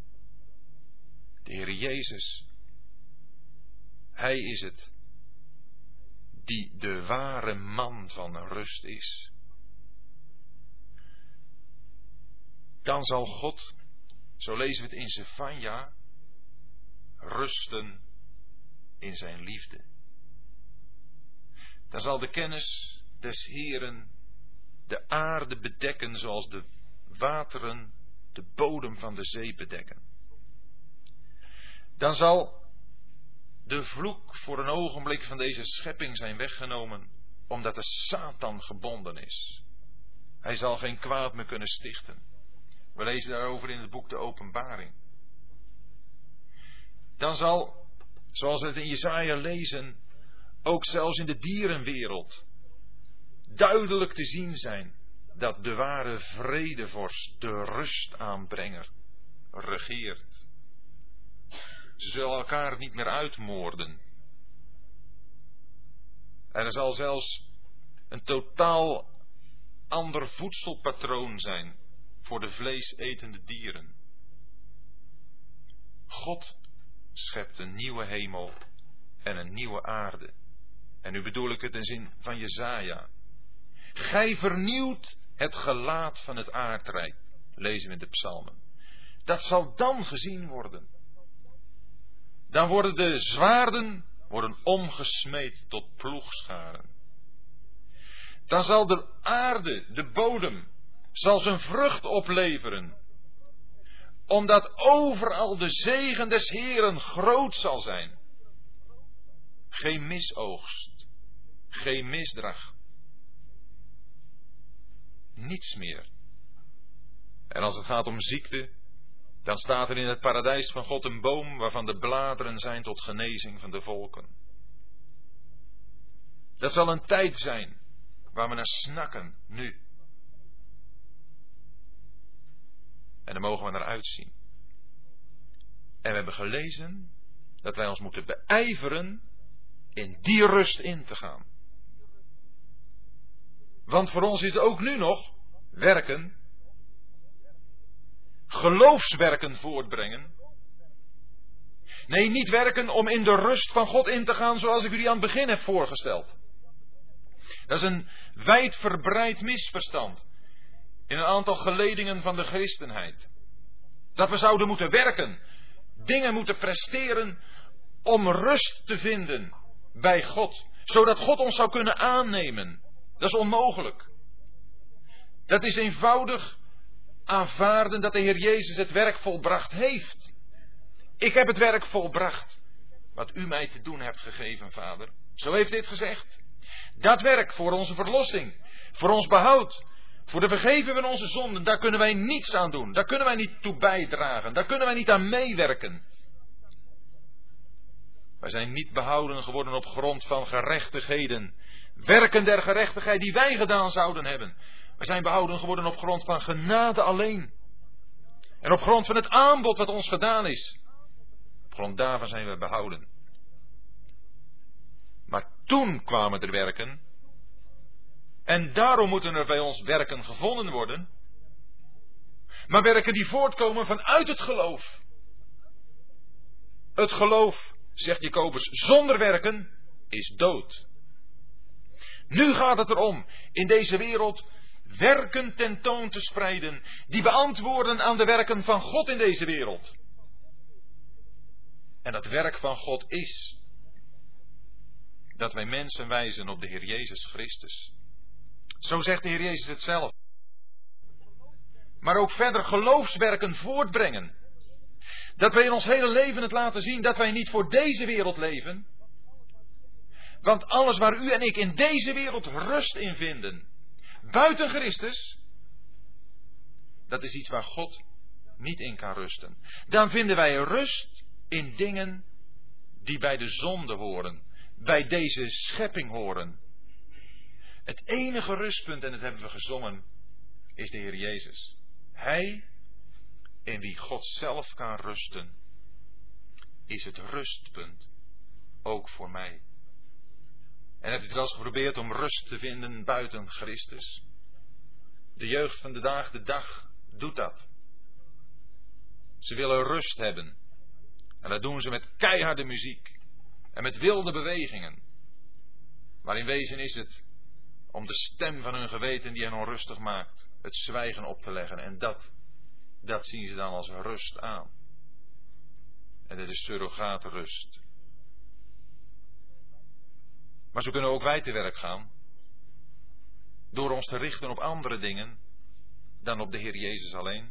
De Heer Jezus. Hij is het die de ware man van rust is. Dan zal God, zo lezen we het in Zefanja, rusten in zijn liefde. Dan zal de kennis des Heeren de aarde bedekken zoals de wateren de bodem van de zee bedekken. Dan zal de vloek voor een ogenblik van deze schepping zijn weggenomen, omdat de Satan gebonden is. Hij zal geen kwaad meer kunnen stichten. We lezen daarover in het boek de Openbaring. Dan zal, zoals we het in Jesaja lezen, ook zelfs in de dierenwereld duidelijk te zien zijn dat de ware vredevorst, de rustaanbrenger, regeert. Ze zullen elkaar niet meer uitmoorden. En er zal zelfs een totaal ander voedselpatroon zijn voor de vleesetende dieren. God schept een nieuwe hemel en een nieuwe aarde. En nu bedoel ik het in zin van Jesaja. Gij vernieuwt het gelaat van het aardrijk, lezen we in de psalmen. Dat zal dan gezien worden. Dan worden de zwaarden omgesmeed tot ploegscharen. Dan zal de aarde, de bodem, zal zijn vrucht opleveren. Omdat overal de zegen des Heeren groot zal zijn. Geen misoogst, geen misdrag. Niets meer. En als het gaat om ziekte, dan staat er in het paradijs van God een boom waarvan de bladeren zijn tot genezing van de volken. Dat zal een tijd zijn waar we naar snakken, nu. En daar mogen we naar uitzien. En we hebben gelezen dat wij ons moeten beijveren in die rust in te gaan. Want voor ons is het ook nu nog werken, geloofswerken voortbrengen. Nee, niet werken om in de rust van God in te gaan zoals ik u die aan het begin heb voorgesteld. Dat is een wijdverbreid misverstand in een aantal geledingen van de christenheid. Dat we zouden moeten werken, dingen moeten presteren om rust te vinden bij God, zodat God ons zou kunnen aannemen. Dat is onmogelijk. Dat is eenvoudig aanvaarden dat de Heer Jezus het werk volbracht heeft. Ik heb het werk volbracht wat u mij te doen hebt gegeven, Vader. Zo heeft dit gezegd. Dat werk voor onze verlossing, voor ons behoud, voor de vergeving van onze zonden, daar kunnen wij niets aan doen. Daar kunnen wij niet toe bijdragen. Daar kunnen wij niet aan meewerken. Wij zijn niet behouden geworden op grond van gerechtigheden. Werken der gerechtigheid die wij gedaan zouden hebben. Wij zijn behouden geworden op grond van genade alleen. En op grond van het aanbod wat ons gedaan is. Op grond daarvan zijn we behouden. Maar toen kwamen er werken. En daarom moeten er bij ons werken gevonden worden. Maar werken die voortkomen vanuit het geloof. Het geloof, zegt Jacobus, zonder werken is dood. Nu gaat het erom in deze wereld werken tentoon te spreiden die beantwoorden aan de werken van God in deze wereld. En dat werk van God is dat wij mensen wijzen op de Heer Jezus Christus. Zo zegt de Heer Jezus het zelf. Maar ook verder geloofswerken voortbrengen. Dat wij in ons hele leven het laten zien dat wij niet voor deze wereld leven. Want alles waar u en ik in deze wereld rust in vinden, buiten Christus, dat is iets waar God niet in kan rusten. Dan vinden wij rust in dingen die bij de zonde horen, bij deze schepping horen. Het enige rustpunt, en dat hebben we gezongen, is de Heer Jezus. Hij, in wie God zelf kan rusten, is het rustpunt, ook voor mij. En heb je het wel eens geprobeerd om rust te vinden buiten Christus? De jeugd van de dag doet dat. Ze willen rust hebben. En dat doen ze met keiharde muziek. En met wilde bewegingen. Maar in wezen is het om de stem van hun geweten die hen onrustig maakt, het zwijgen op te leggen. En dat zien ze dan als rust aan. En dat is surrogaatrust. Maar zo kunnen ook wij te werk gaan. Door ons te richten op andere dingen dan op de Heer Jezus alleen.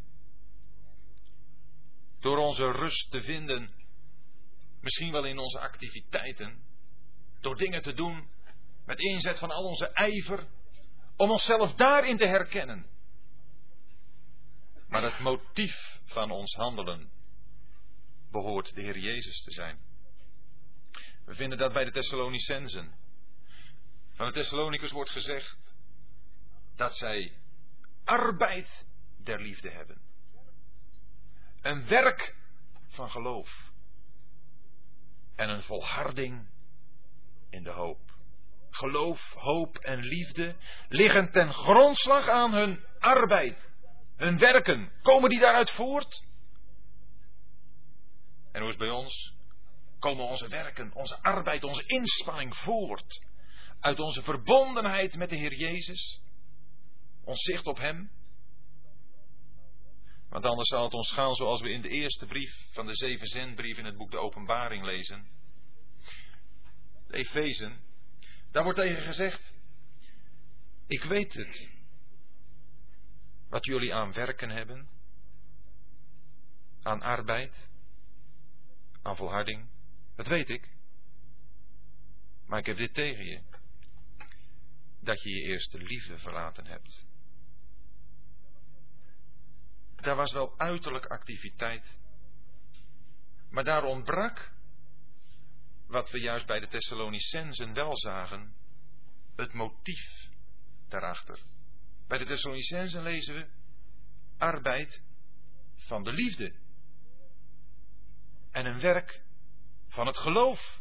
Door onze rust te vinden, misschien wel in onze activiteiten. Door dingen te doen met inzet van al onze ijver, om onszelf daarin te herkennen. Maar het motief van ons handelen behoort de Heer Jezus te zijn. We vinden dat bij de Thessalonicenzen. Van de Thessalonicus wordt gezegd dat zij arbeid der liefde hebben. Een werk van geloof. En een volharding in de hoop. Geloof, hoop en liefde liggen ten grondslag aan hun arbeid. Hun werken. Komen die daaruit voort? En hoe is het bij ons? Komen onze werken, onze arbeid, onze inspanning voort uit onze verbondenheid met de Heer Jezus? Ons zicht op Hem? Want anders zal het ons gaan zoals we in de eerste brief van de 7 zendbrieven in het boek de Openbaring lezen. De Efezen. Daar wordt tegen gezegd: ik weet het. Wat jullie aan werken hebben. Aan arbeid. Aan volharding. Dat weet ik. Maar ik heb dit tegen je. Dat je je eerste liefde verlaten hebt. Daar was wel uiterlijk activiteit. Maar daar ontbrak, wat we juist bij de Thessalonicenzen wel zagen, het motief daarachter. Bij de Thessalonicenzen lezen we arbeid van de liefde. En een werk van het geloof.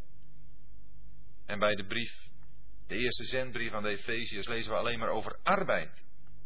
En bij de brief, de eerste zendbrief van de Efeziërs, lezen we alleen maar over arbeid.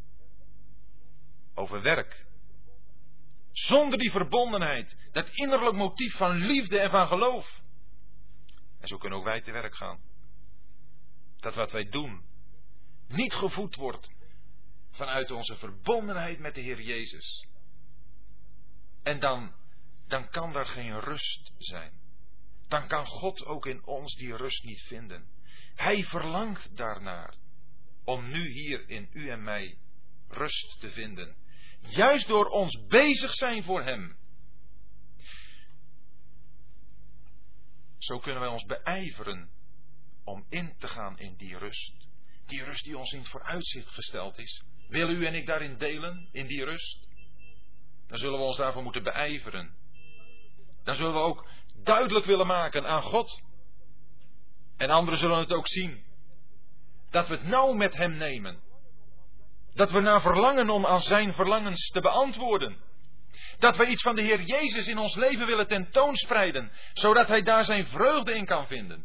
Over werk. Zonder die verbondenheid, dat innerlijk motief van liefde en van geloof. En zo kunnen ook wij te werk gaan. Dat wat wij doen niet gevoed wordt vanuit onze verbondenheid met de Heer Jezus. En dan kan er geen rust zijn. Dan kan God ook in ons die rust niet vinden. Hij verlangt daarnaar om nu hier in u en mij rust te vinden. Juist door ons bezig zijn voor Hem. Zo kunnen wij ons beijveren om in te gaan in die rust. Die rust die ons in het vooruitzicht gesteld is. Willen u en ik daarin delen, in die rust? Dan zullen we ons daarvoor moeten beijveren. Dan zullen we ook duidelijk willen maken aan God. En anderen zullen het ook zien. Dat we het nauw met Hem nemen. Dat we naar verlangen om aan zijn verlangens te beantwoorden. Dat we iets van de Heer Jezus in ons leven willen tentoonspreiden. Zodat Hij daar zijn vreugde in kan vinden.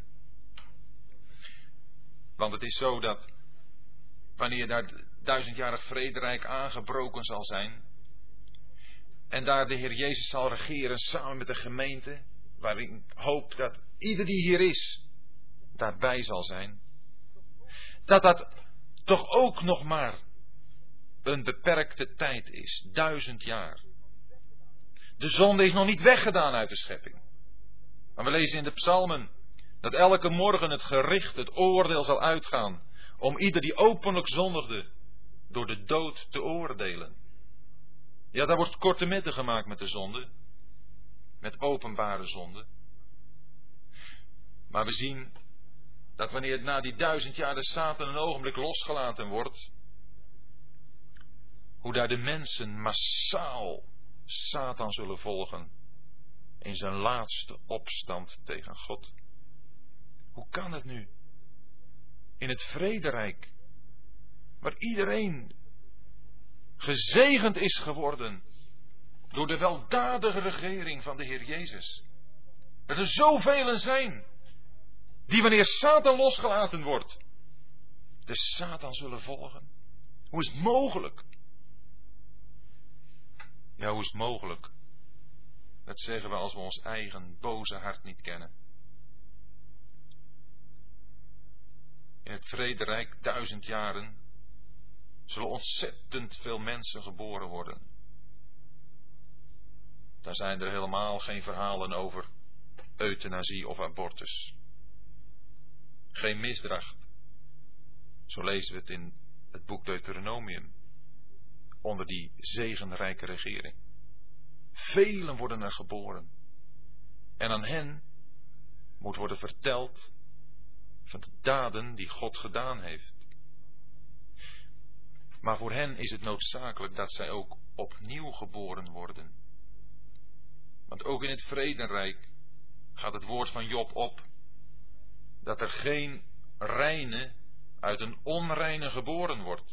Want het is zo dat wanneer daar 1000-jarig vrederijk aangebroken zal zijn. En daar de Heer Jezus zal regeren samen met de gemeente. Waarin ik hoop dat ieder die hier is daarbij zal zijn. Dat toch ook nog maar een beperkte tijd is. 1000 jaar. De zonde is nog niet weggedaan uit de schepping. Maar we lezen in de psalmen dat elke morgen het gericht, het oordeel zal uitgaan. Om ieder die openlijk zondigde door de dood te oordelen. Ja, daar wordt korte metten gemaakt met de zonde. Met openbare zonde. Maar we zien dat wanneer na die 1000 jaar de Satan een ogenblik losgelaten wordt. Hoe daar de mensen massaal Satan zullen volgen. In zijn laatste opstand tegen God. Hoe kan het nu? In het vrederijk. Waar iedereen gezegend is geworden. Door de weldadige regering van de Heer Jezus. Dat er zoveel zijn. Die wanneer Satan losgelaten wordt. De Satan zullen volgen. Hoe is het mogelijk? Ja, hoe is het mogelijk? Dat zeggen we als we ons eigen boze hart niet kennen. In het vrederijk 1000 jaren zullen ontzettend veel mensen geboren worden. Daar zijn er helemaal geen verhalen over euthanasie of abortus. Geen misdracht. Zo lezen we het in het boek Deuteronomium. Onder die zegenrijke regering. Velen worden er geboren. En aan hen moet worden verteld van de daden die God gedaan heeft. Maar voor hen is het noodzakelijk dat zij ook opnieuw geboren worden. Want ook in het vredenrijk gaat het woord van Job op. Dat er geen reine uit een onreine geboren wordt.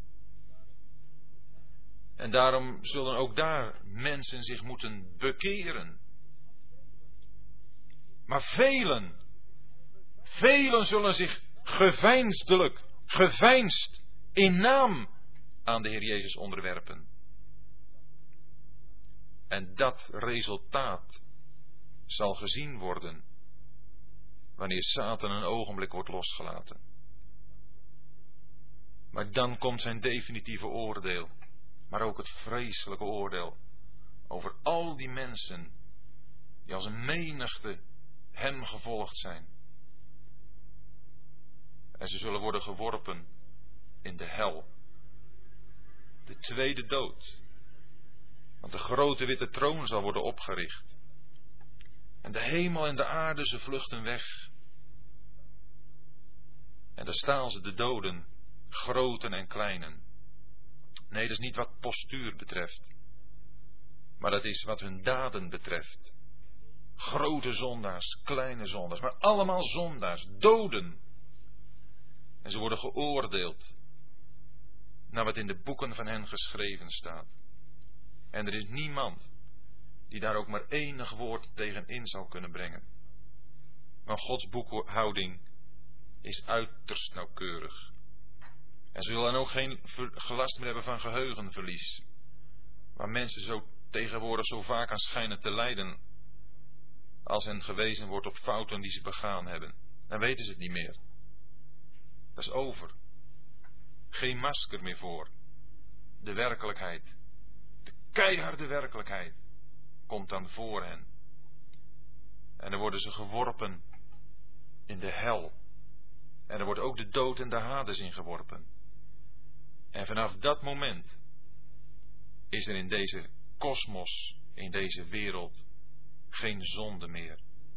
En daarom zullen ook daar mensen zich moeten bekeren. Maar velen zullen zich geveinsd in naam aan de Heer Jezus onderwerpen. En dat resultaat zal gezien worden wanneer Satan een ogenblik wordt losgelaten. Maar dan komt zijn definitieve oordeel, maar ook het vreselijke oordeel over al die mensen die als een menigte hem gevolgd zijn. En ze zullen worden geworpen in de hel. De tweede dood. Want de grote witte troon zal worden opgericht. En de hemel en de aarde, ze vluchten weg. En daar staan ze, de doden, groten en kleinen. Nee, dat is niet wat postuur betreft. Maar dat is wat hun daden betreft. Grote zondaars, kleine zondaars, maar allemaal zondaars, doden. En ze worden geoordeeld naar wat in de boeken van hen geschreven staat. En er is niemand die daar ook maar enig woord tegen in zal kunnen brengen. Want Gods boekhouding is uiterst nauwkeurig. En ze zullen dan ook geen gelast meer hebben van geheugenverlies. Waar mensen zo tegenwoordig zo vaak aan schijnen te lijden. Als hen gewezen wordt op fouten die ze begaan hebben. Dan weten ze het niet meer. Dat is over. Geen masker meer voor. De werkelijkheid. De keiharde werkelijkheid komt dan voor hen. En dan worden ze geworpen in de hel. En er wordt ook de dood en de Hades in geworpen. En vanaf dat moment is er in deze kosmos, in deze wereld, geen zonde meer.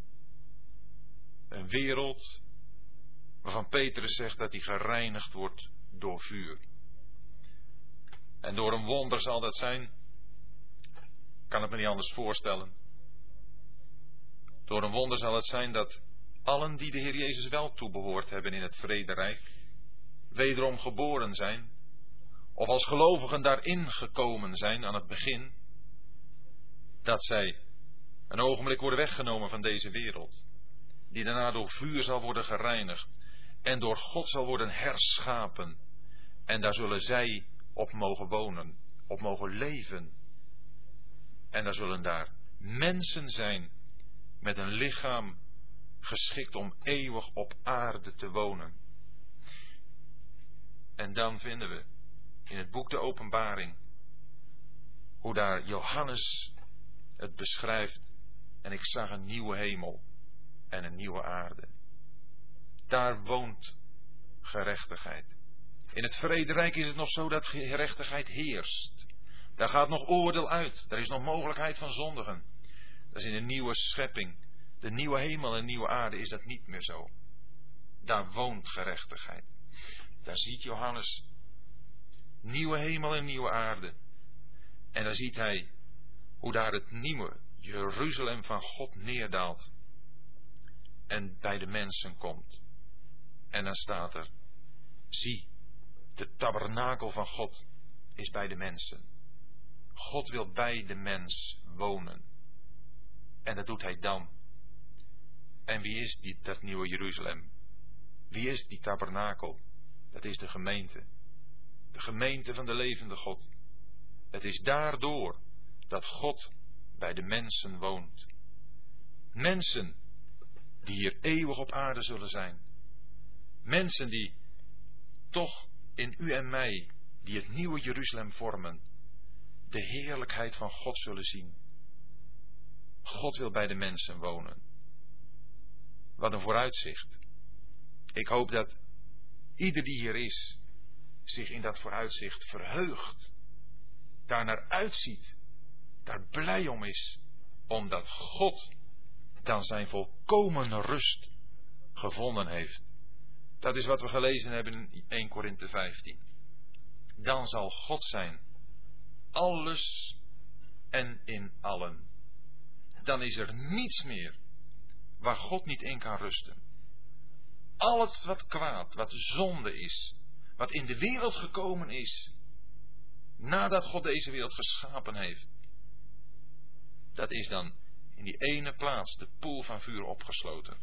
Een wereld waarvan Petrus zegt dat die gereinigd wordt door vuur. En door een wonder zal dat zijn. Kan het me niet anders voorstellen. Door een wonder zal het zijn dat allen die de Heer Jezus wel toebehoord hebben in het vrederijk, wederom geboren zijn, of als gelovigen daarin gekomen zijn aan het begin, dat zij een ogenblik worden weggenomen van deze wereld, die daarna door vuur zal worden gereinigd en door God zal worden herschapen. En daar zullen zij op mogen wonen, op mogen leven. En daar zullen daar mensen zijn met een lichaam geschikt om eeuwig op aarde te wonen. En dan vinden we in het boek de Openbaring hoe daar Johannes het beschrijft. En ik zag een nieuwe hemel en een nieuwe aarde. Daar woont gerechtigheid. In het vrederijk is het nog zo dat gerechtigheid heerst. Daar gaat nog oordeel uit. Er is nog mogelijkheid van zondigen. Dat is in de nieuwe schepping. De nieuwe hemel en nieuwe aarde is dat niet meer zo. Daar woont gerechtigheid. Daar ziet Johannes nieuwe hemel en nieuwe aarde. En daar ziet hij hoe daar het nieuwe Jeruzalem van God neerdaalt. En bij de mensen komt. En dan staat er, zie, de tabernakel van God is bij de mensen. God wil bij de mens wonen. En dat doet hij dan. En wie is dat nieuwe Jeruzalem? Wie is die tabernakel? Dat is de gemeente. De gemeente van de levende God. Het is daardoor dat God bij de mensen woont. Mensen die hier eeuwig op aarde zullen zijn. Mensen die toch in u en mij, die het nieuwe Jeruzalem vormen, de heerlijkheid van God zullen zien. God wil bij de mensen wonen. Wat een vooruitzicht. Ik hoop dat ieder die hier is, zich in dat vooruitzicht verheugt. Daar naar uitziet. Daar blij om is. Omdat God dan zijn volkomen rust gevonden heeft. Dat is wat we gelezen hebben in 1 Korinthe 15. Dan zal God zijn. Alles en in allen. Dan is er niets meer waar God niet in kan rusten. Alles wat kwaad, wat zonde is, wat in de wereld gekomen is, nadat God deze wereld geschapen heeft, dat is dan in die ene plaats, de poel van vuur, opgesloten.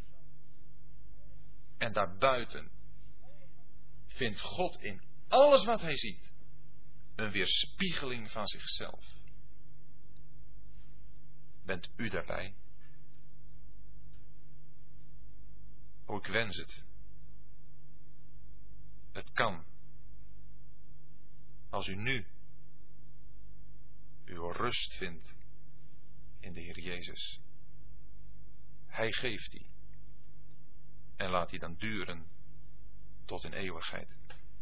En daarbuiten vindt God in alles wat hij ziet een weerspiegeling van zichzelf. Bent u daarbij? ik wens het. Het kan. Als u nu uw rust vindt in de Heer Jezus. Hij geeft die. En laat die dan duren tot in eeuwigheid.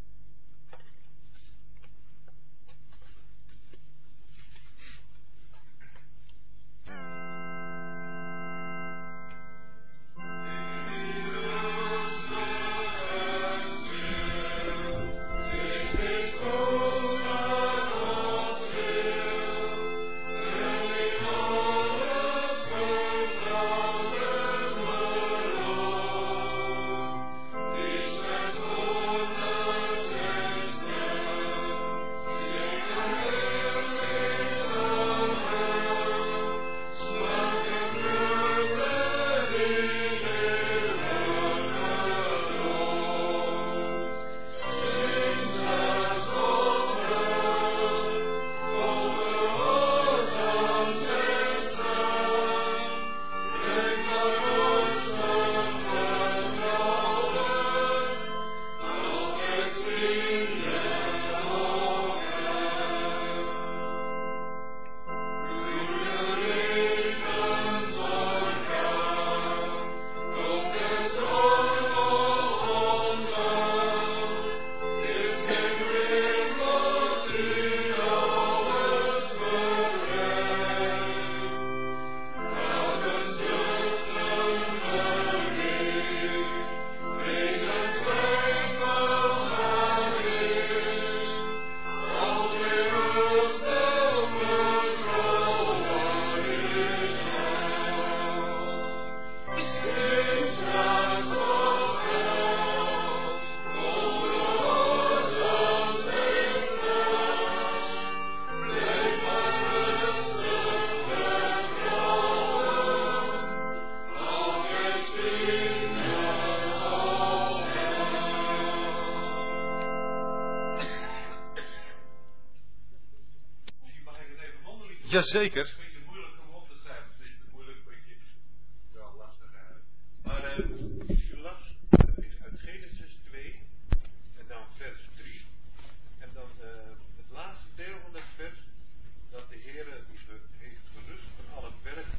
Jazeker. Het is een beetje moeilijk om op te schrijven. Het is een moeilijk, beetje wel lastig eigenlijk. Maar u las uit Genesis 2 en dan vers 3. En dan het laatste deel van dat vers. Dat de Heer die heeft gerust van al het werk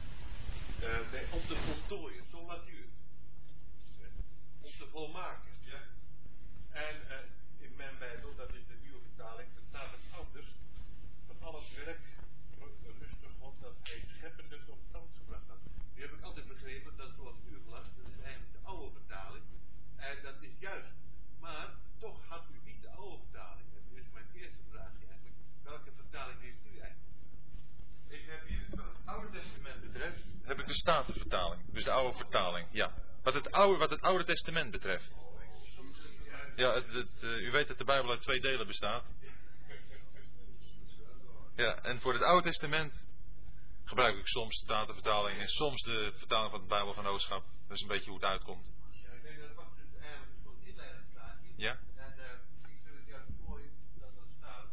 om te voltooien. Zo laat u het. Om te volmaken. Ja. En in mijn Bijbel, dat is de nieuwe vertaling, staat het anders. Van al het werk. Dat hij scheppende tot stand gebracht had. Nu heb ik altijd begrepen dat zoals u las, dat is eigenlijk de oude vertaling. En dat is juist. Maar toch had u niet de oude vertaling. En nu is mijn eerste vraag eigenlijk, welke vertaling heeft u eigenlijk? Ik heb hier, wat het Oude Testament betreft, heb ik de Statenvertaling. Dus de oude vertaling, ja. Wat het Oude Testament betreft. Ja, u weet dat de Bijbel uit 2 delen bestaat. Ja, en voor het Oude Testament gebruik ik soms de Statenvertaling en soms de vertaling van het Bijbelgenootschap. Dat is een beetje hoe het uitkomt. Ja, ik denk dat het was dus eigenlijk een soort inleidingsvraagje. Ja? En ik vind het juist mooi dat er staat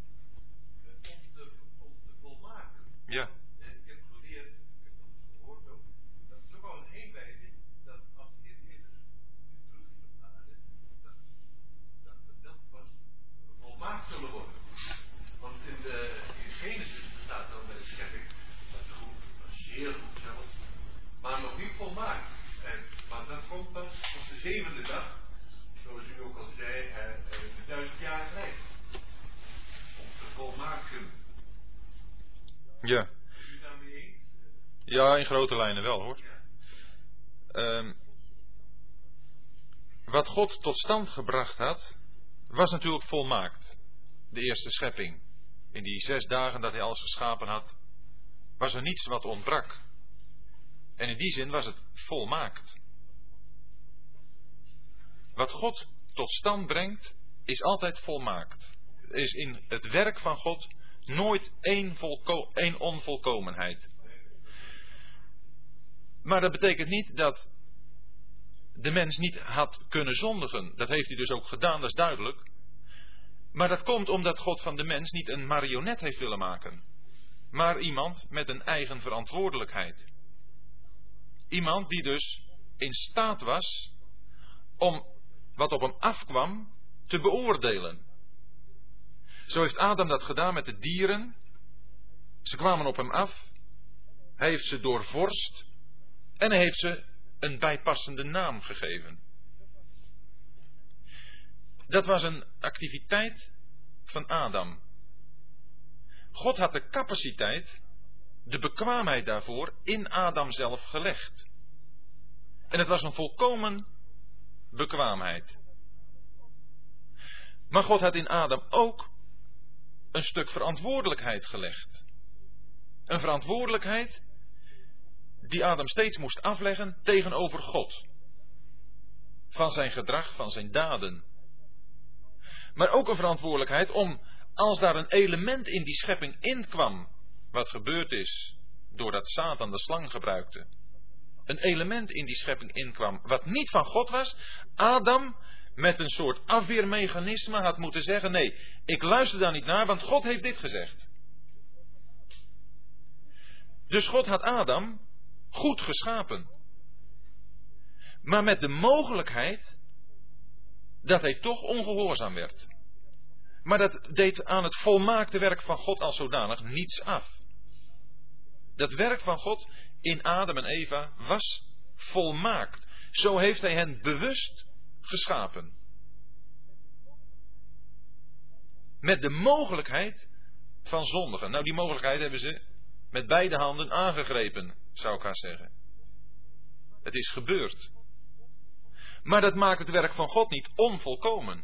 om te volmaken. Ja. En ik heb geleerd, ik heb dat gehoord ook, dat is ook al een heenwijzing dat als de Heer Jezus terug is op aarde, dat pas volmaakt zullen worden. Want in Genesis staat dan bij de schepping, dat is goed, dat is zeer goed zelfs, maar nog niet volmaakt. Maar dat komt pas op de 7e dag, zoals u ook al zei, de 1000 jaar tijd. Om te volmaken. Ja. Bent u daarmee eens? Ja, in grote lijnen wel hoor. Ja. Wat God tot stand gebracht had, was natuurlijk volmaakt. De eerste schepping. In die 6 dagen dat hij alles geschapen had, was er niets wat ontbrak. En in die zin was het volmaakt. Wat God tot stand brengt, is altijd volmaakt. Er is in het werk van God nooit één onvolkomenheid. Maar dat betekent niet dat de mens niet had kunnen zondigen. Dat heeft hij dus ook gedaan, dat is duidelijk. Maar dat komt omdat God van de mens niet een marionet heeft willen maken. Maar iemand met een eigen verantwoordelijkheid. Iemand die dus in staat was om wat op hem afkwam te beoordelen. Zo heeft Adam dat gedaan met de dieren. Ze kwamen op hem af. Hij heeft ze doorvorst. En hij heeft ze een bijpassende naam gegeven. Dat was een activiteit van Adam. God had de capaciteit, de bekwaamheid daarvoor in Adam zelf gelegd. En het was een volkomen bekwaamheid. Maar God had in Adam ook een stuk verantwoordelijkheid gelegd. Een verantwoordelijkheid die Adam steeds moest afleggen tegenover God. Van zijn gedrag, van zijn daden. Maar ook een verantwoordelijkheid om, als daar een element in die schepping inkwam, wat gebeurd is doordat Satan de slang gebruikte, een element in die schepping inkwam wat niet van God was, Adam met een soort afweermechanisme had moeten zeggen, nee, ik luister daar niet naar, want God heeft dit gezegd. Dus God had Adam goed geschapen. Maar met de mogelijkheid dat hij toch ongehoorzaam werd. Maar dat deed aan het volmaakte werk van God als zodanig niets af. Dat werk van God in Adam en Eva was volmaakt. Zo heeft hij hen bewust geschapen. Met de mogelijkheid van zondigen. Nou, die mogelijkheid hebben ze met beide handen aangegrepen, zou ik haast zeggen. Het is gebeurd. Maar dat maakt het werk van God niet onvolkomen.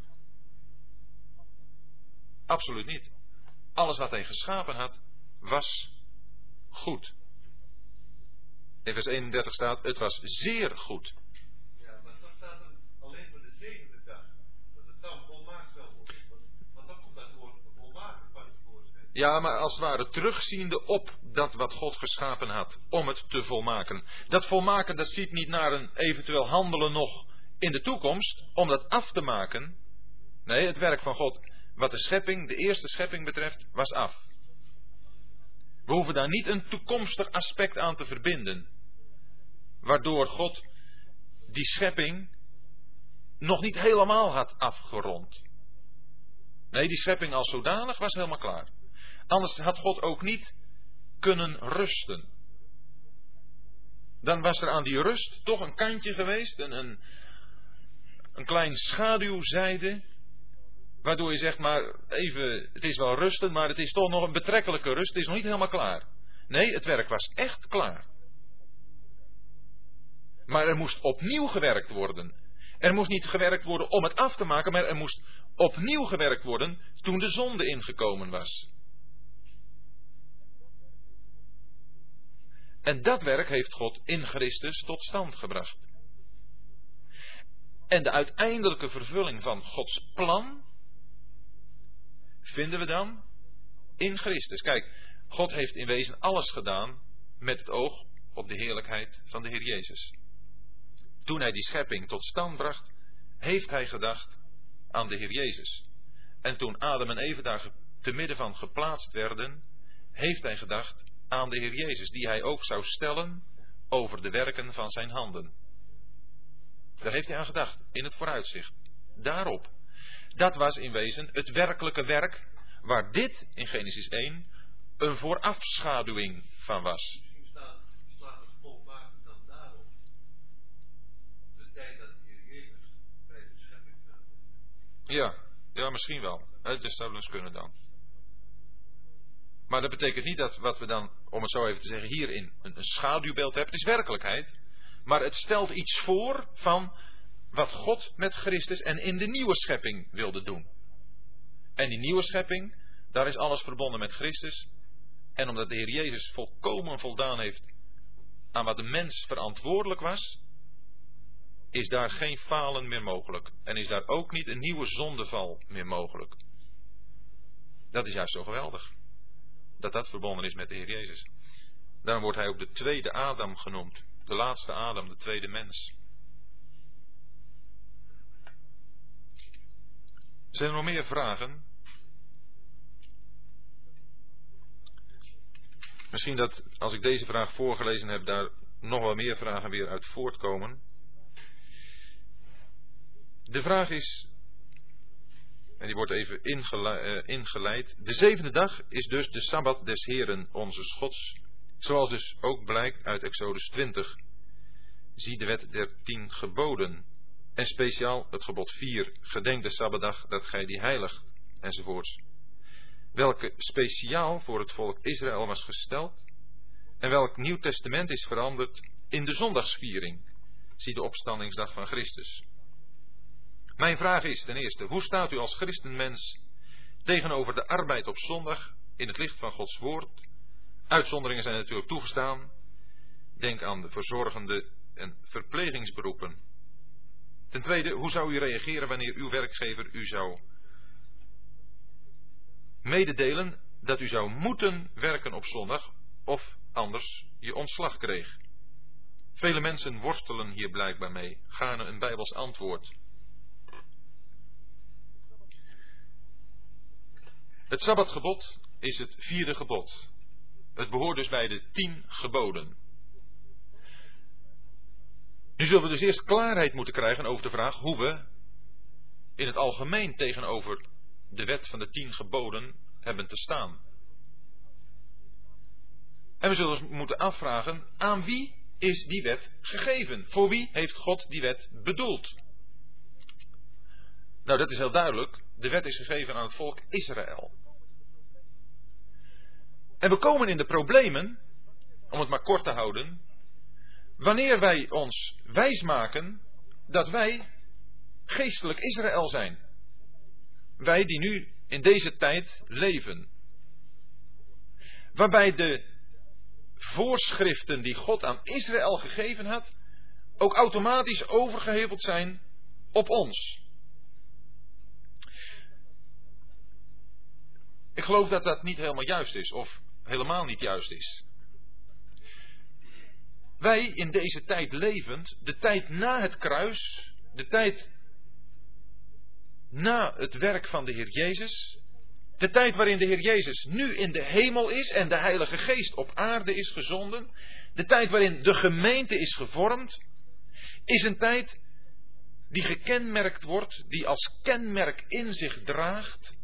Absoluut niet. Alles wat hij geschapen had, was goed. In vers 31 staat, het was zeer goed. Ja, maar toch staat er alleen voor de zevende dag. Dat het dan volmaakt zou worden. Want dan komt dat woord volmaakt van het voorschijn. Ja, maar als het ware terugziende op dat wat God geschapen had, om het te volmaken. Dat volmaken, dat ziet niet naar een eventueel handelen nog in de toekomst, om dat af te maken. Nee, het werk van God, wat de schepping, de eerste schepping betreft, was af. We hoeven daar niet een toekomstig aspect aan te verbinden, waardoor God die schepping nog niet helemaal had afgerond. Nee, die schepping als zodanig was helemaal klaar. Anders had God ook niet kunnen rusten. Dan was er aan die rust toch een kantje geweest, een klein schaduwzijde, waardoor je zegt, maar even, het is wel rusten, maar het is toch nog een betrekkelijke rust, het is nog niet helemaal klaar. Nee, het werk was echt klaar. Maar er moest opnieuw gewerkt worden. Er moest niet gewerkt worden om het af te maken, maar er moest opnieuw gewerkt worden toen de zonde ingekomen was. En dat werk heeft God in Christus tot stand gebracht. En de uiteindelijke vervulling van Gods plan vinden we dan in Christus. Kijk, God heeft in wezen alles gedaan met het oog op de heerlijkheid van de Heer Jezus. Toen hij die schepping tot stand bracht, heeft hij gedacht aan de Heer Jezus. En toen Adam en Eva daar te midden van geplaatst werden, heeft hij gedacht aan de Heer Jezus, die hij ook zou stellen over de werken van zijn handen. Daar heeft hij aan gedacht, in het vooruitzicht. Daarop. Dat was in wezen het werkelijke werk, waar dit, in Genesis 1, een voorafschaduwing van was. Misschien slaat het volmaakt dan daarop. De tijd dat de Heer Jezus bij de schepping gaat. Ja, misschien wel. Het zou dus kunnen dan. Maar dat betekent niet dat wat we dan, om het zo even te zeggen, hierin een schaduwbeeld hebben. Het is werkelijkheid. Maar het stelt iets voor van wat God met Christus en in de nieuwe schepping wilde doen. En die nieuwe schepping, daar is alles verbonden met Christus. En omdat de Heer Jezus volkomen voldaan heeft aan wat de mens verantwoordelijk was, is daar geen falen meer mogelijk. En is daar ook niet een nieuwe zondeval meer mogelijk. Dat is juist zo geweldig. Dat dat verbonden is met de Heer Jezus. Daarom wordt hij ook de tweede Adam genoemd. De laatste Adam, de tweede mens. Zijn er nog meer vragen? Misschien dat als ik deze vraag voorgelezen heb, daar nog wel meer vragen weer uit voortkomen. De vraag is, en die wordt even ingeleid. De 7e dag is dus de Sabbat des Heeren onze Gods. Zoals dus ook blijkt uit Exodus 20. Zie de wet der 10 geboden. En speciaal het gebod 4. Gedenk de Sabbatdag dat gij die heiligt. Enzovoorts. Welke speciaal voor het volk Israël was gesteld. En welk Nieuw Testament is veranderd in de zondagsviering. Zie de opstandingsdag van Christus. Mijn vraag is ten eerste, hoe staat u als christenmens tegenover de arbeid op zondag in het licht van Gods woord? Uitzonderingen zijn natuurlijk toegestaan. Denk aan de verzorgende en verplegingsberoepen. Ten tweede, hoe zou u reageren wanneer uw werkgever u zou mededelen dat u zou moeten werken op zondag of anders je ontslag kreeg? Vele mensen worstelen hier blijkbaar mee. Gaarne een Bijbels antwoord. Het Sabbatgebod is het 4e gebod. Het behoort dus bij de 10 geboden. Nu zullen we dus eerst klaarheid moeten krijgen over de vraag hoe we in het algemeen tegenover de wet van de 10 geboden hebben te staan. En we zullen ons moeten afvragen, aan wie is die wet gegeven? Voor wie heeft God die wet bedoeld? Nou, dat is heel duidelijk. De wet is gegeven aan het volk Israël. En we komen in de problemen, om het maar kort te houden, wanneer wij ons wijsmaken dat wij geestelijk Israël zijn. Wij die nu in deze tijd leven. Waarbij de voorschriften die God aan Israël gegeven had, ook automatisch overgeheveld zijn op ons. Ik geloof dat dat niet helemaal juist is, of helemaal niet juist is. Wij in deze tijd levend, de tijd na het kruis, de tijd na het werk van de Heer Jezus, de tijd waarin de Heer Jezus nu in de hemel is en de Heilige Geest op aarde is gezonden, de tijd waarin de gemeente is gevormd, is een tijd die gekenmerkt wordt, die als kenmerk in zich draagt,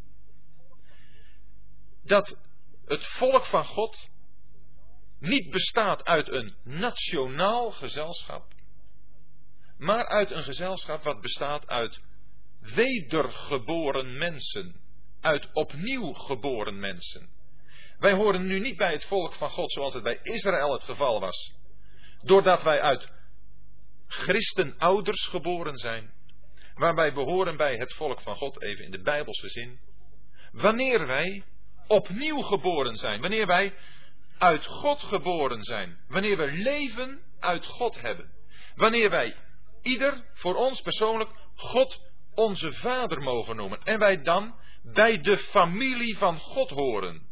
dat het volk van God niet bestaat uit een nationaal gezelschap, maar uit een gezelschap wat bestaat uit wedergeboren mensen, uit opnieuw geboren mensen. Wij horen nu niet bij het volk van God zoals het bij Israël het geval was, doordat wij uit christenouders geboren zijn, maar wij behoren bij het volk van God, even in de Bijbelse zin, wanneer wij opnieuw geboren zijn, wanneer wij uit God geboren zijn, wanneer we leven uit God hebben, wanneer wij ieder voor ons persoonlijk God onze Vader mogen noemen en wij dan bij de familie van God horen.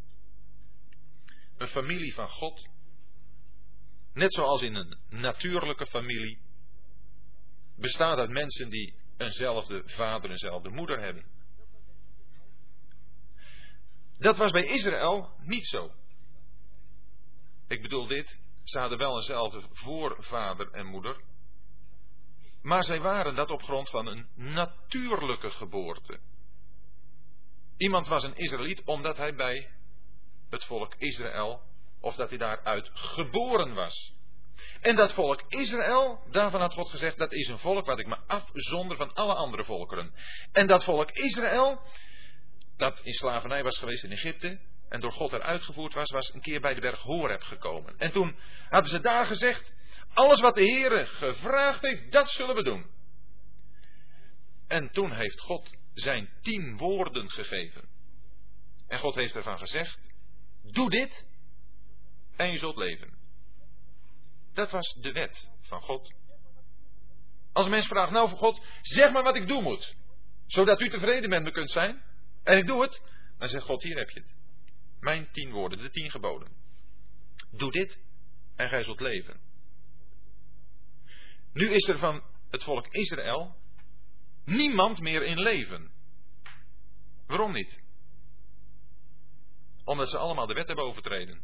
Een familie van God, net zoals in een natuurlijke familie, bestaat uit mensen die eenzelfde vader, eenzelfde moeder hebben. Dat was bij Israël niet zo. Ik bedoel dit, ze hadden wel eenzelfde voorvader en moeder, maar zij waren dat op grond van een natuurlijke geboorte. Iemand was een Israëliet omdat hij bij het volk Israël, of dat hij daaruit geboren was. En dat volk Israël, daarvan had God gezegd, dat is een volk wat ik me afzonder van alle andere volkeren. En dat volk Israël, dat in slavernij was geweest in Egypte en door God eruit gevoerd was, was een keer bij de berg Horeb gekomen. En toen hadden ze daar gezegd, alles wat de Heere gevraagd heeft, dat zullen we doen. En toen heeft God zijn 10 woorden gegeven. En God heeft ervan gezegd, doe dit en je zult leven. Dat was de wet van God. Als een mens vraagt, nou voor God, zeg maar wat ik doen moet, zodat u tevreden met me kunt zijn, en ik doe het, dan zegt God, hier heb je het. Mijn 10 woorden, de 10 geboden. Doe dit en gij zult leven. Nu is er van het volk Israël niemand meer in leven. Waarom niet? Omdat ze allemaal de wet hebben overtreden.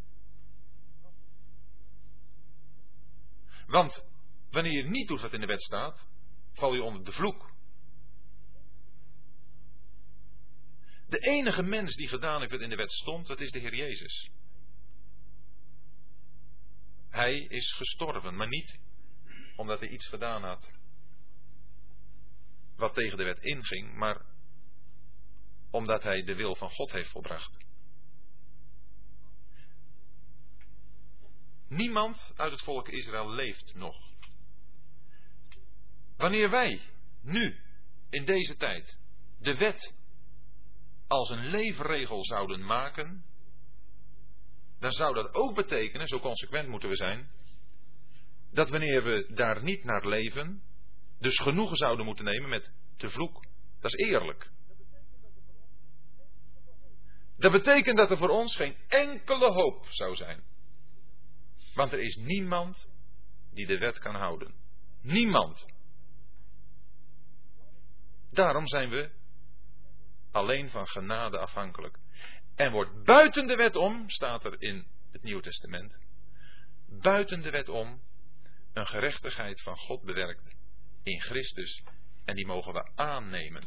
Want wanneer je niet doet wat in de wet staat, val je onder de vloek. De enige mens die gedaan heeft wat in de wet stond, dat is de Heer Jezus. Hij is gestorven, maar niet omdat hij iets gedaan had wat tegen de wet inging, maar omdat hij de wil van God heeft volbracht. Niemand uit het volk Israël leeft nog. Wanneer wij nu, in deze tijd, de wet als een leefregel zouden maken, dan zou dat ook betekenen, zo consequent moeten we zijn, dat wanneer we daar niet naar leven, dus genoegen zouden moeten nemen met de vloek. Dat is eerlijk. Dat betekent dat er voor ons geen enkele hoop zou zijn. Want er is niemand die de wet kan houden. Niemand. Daarom zijn we alleen van genade afhankelijk. En wordt buiten de wet om, staat er in het Nieuwe Testament, buiten de wet om een gerechtigheid van God bewerkt in Christus. En die mogen we aannemen.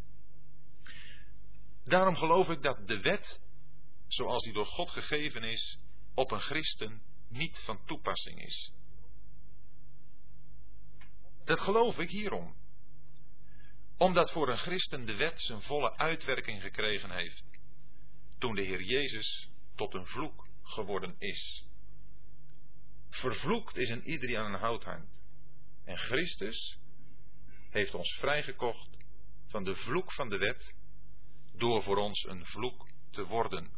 Daarom geloof ik dat de wet, zoals die door God gegeven is, op een christen niet van toepassing is. Dat geloof ik hierom. Omdat voor een christen de wet zijn volle uitwerking gekregen heeft, toen de Heer Jezus tot een vloek geworden is. Vervloekt is een ieder die aan een hout hangt. En Christus heeft ons vrijgekocht van de vloek van de wet, door voor ons een vloek te worden.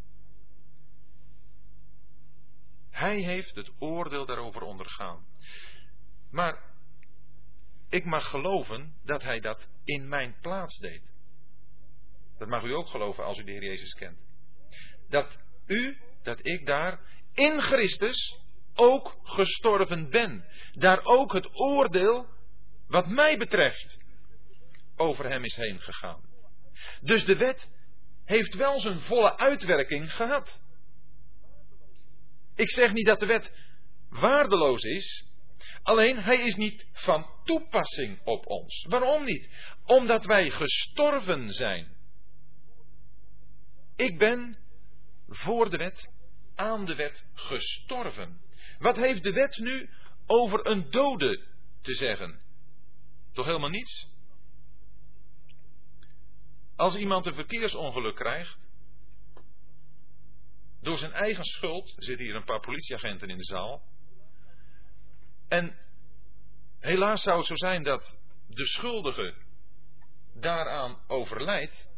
Hij heeft het oordeel daarover ondergaan. Maar ik mag geloven dat hij dat in mijn plaats deed. Dat mag u ook geloven als u de Heer Jezus kent. Dat ik daar in Christus ook gestorven ben. Daar ook het oordeel, wat mij betreft, over hem is heen gegaan. Dus de wet heeft wel zijn volle uitwerking gehad. Ik zeg niet dat de wet waardeloos is. Alleen hij is niet van toepassing op ons. Waarom niet? Omdat wij gestorven zijn. Ik ben voor de wet, aan de wet gestorven. Wat heeft de wet nu over een dode te zeggen? Toch helemaal niets? Als iemand een verkeersongeluk krijgt, door zijn eigen schuld, er zitten hier een paar politieagenten in de zaal, en helaas zou het zo zijn dat de schuldige daaraan overlijdt,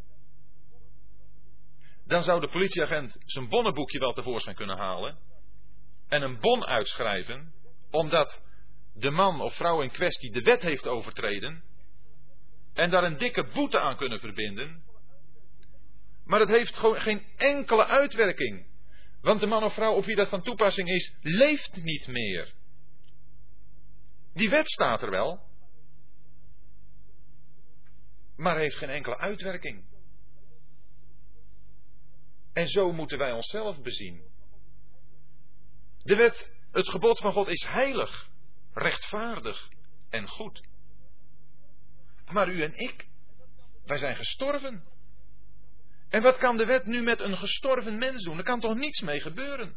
dan zou de politieagent zijn bonnenboekje wel tevoorschijn kunnen halen en een bon uitschrijven, omdat de man of vrouw in kwestie de wet heeft overtreden, en daar een dikke boete aan kunnen verbinden. Maar het heeft gewoon geen enkele uitwerking. Want de man of vrouw op wie dat van toepassing is, leeft niet meer. Die wet staat er wel, maar heeft geen enkele uitwerking. En zo moeten wij onszelf bezien. De wet, het gebod van God is heilig, rechtvaardig en goed. Maar u en ik, wij zijn gestorven. En wat kan de wet nu met een gestorven mens doen? Er kan toch niets mee gebeuren?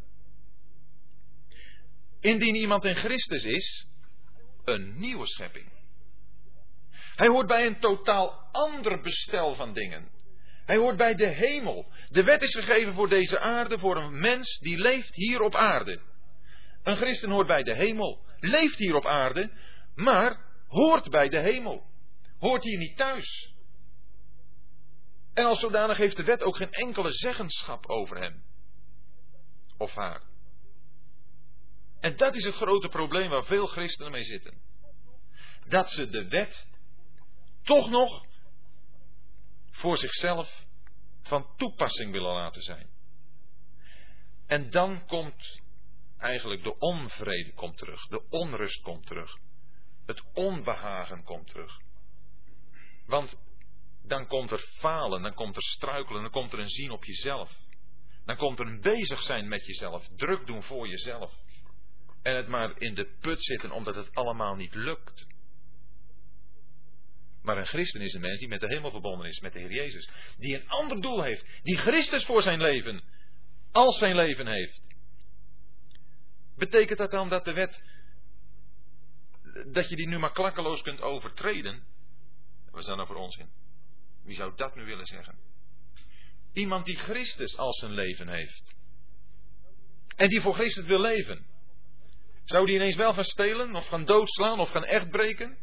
Indien iemand in Christus is, een nieuwe schepping. Hij hoort bij een totaal ander bestel van dingen. Hij hoort bij de hemel. De wet is gegeven voor deze aarde, voor een mens die leeft hier op aarde. Een christen hoort bij de hemel, leeft hier op aarde, maar hoort bij de hemel. Hoort hier niet thuis. En als zodanig heeft de wet ook geen enkele zeggenschap over hem. Of haar. En dat is het grote probleem waar veel christenen mee zitten. Dat ze de wet toch nog voor zichzelf van toepassing willen laten zijn. En dan komt eigenlijk de onvrede komt terug. De onrust komt terug. Het onbehagen komt terug. Want dan komt er falen, dan komt er struikelen, dan komt er een zien op jezelf. Dan komt er een bezig zijn met jezelf, druk doen voor jezelf. En het maar in de put zitten omdat het allemaal niet lukt. Maar een christen is een mens die met de hemel verbonden is, met de Heer Jezus. Die een ander doel heeft. Die Christus voor zijn leven, als zijn leven heeft. Betekent dat dan dat de wet, dat je die nu maar klakkeloos kunt overtreden? Wat is dat nou voor onzin? Wie zou dat nu willen zeggen? Iemand die Christus als zijn leven heeft. En die voor Christus wil leven. Zou die ineens wel gaan stelen, of gaan doodslaan, of gaan echt breken?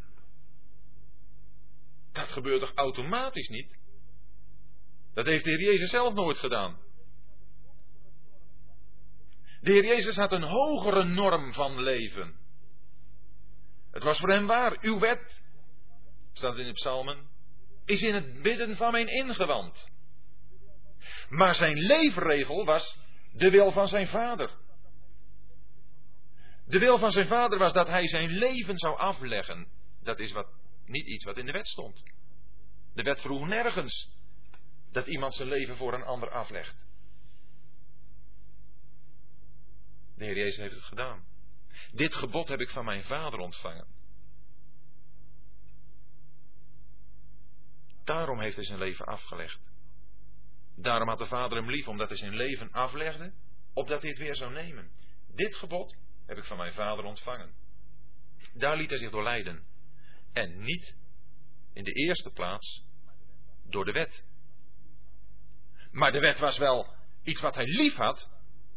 Dat gebeurt toch automatisch niet? Dat heeft de Heer Jezus zelf nooit gedaan. De Heer Jezus had een hogere norm van leven. Het was voor hem waar. Uw wet, staat in de psalmen, is in het midden van mijn ingewand. Maar zijn leefregel was de wil van zijn vader. De wil van zijn vader was dat hij zijn leven zou afleggen. Dat is niet iets wat in de wet stond. De wet vroeg nergens dat iemand zijn leven voor een ander aflegt. De Heer Jezus heeft het gedaan. Dit gebod heb ik van mijn vader ontvangen. Daarom heeft hij zijn leven afgelegd. Daarom had de vader hem lief, omdat hij zijn leven aflegde, opdat hij het weer zou nemen. Dit gebod heb ik van mijn vader ontvangen. Daar liet hij zich door leiden. En niet in de eerste plaats door de wet. Maar de wet was wel iets wat hij lief had.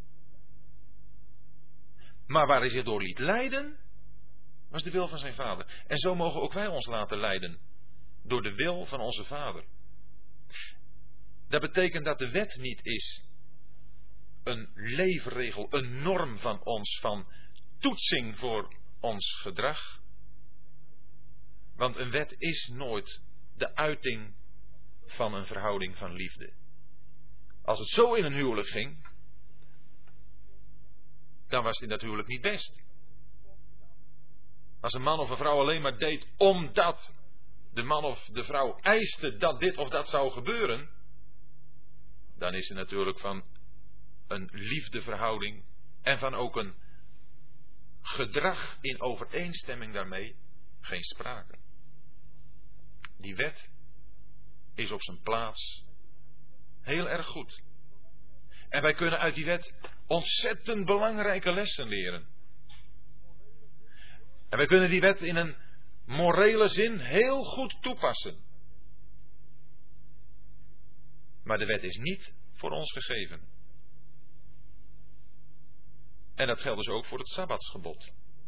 Maar waar hij zich door liet leiden, was de wil van zijn vader. En zo mogen ook wij ons laten leiden. Door de wil van onze vader. Dat betekent dat de wet niet is een leefregel, een norm van ons, van toetsing voor ons gedrag. Want een wet is nooit de uiting van een verhouding van liefde. Als het zo in een huwelijk ging, dan was het in dat huwelijk niet best. Als een man of een vrouw alleen maar deed omdat de man of de vrouw eiste dat dit of dat zou gebeuren, dan is er natuurlijk van een liefdeverhouding en van ook een gedrag in overeenstemming daarmee geen sprake. Die wet is op zijn plaats heel erg goed. En wij kunnen uit die wet ontzettend belangrijke lessen leren. En wij kunnen die wet in een morele zin heel goed toepassen. Maar de wet is niet voor ons gegeven. En dat geldt dus ook voor het Sabbatsgebod.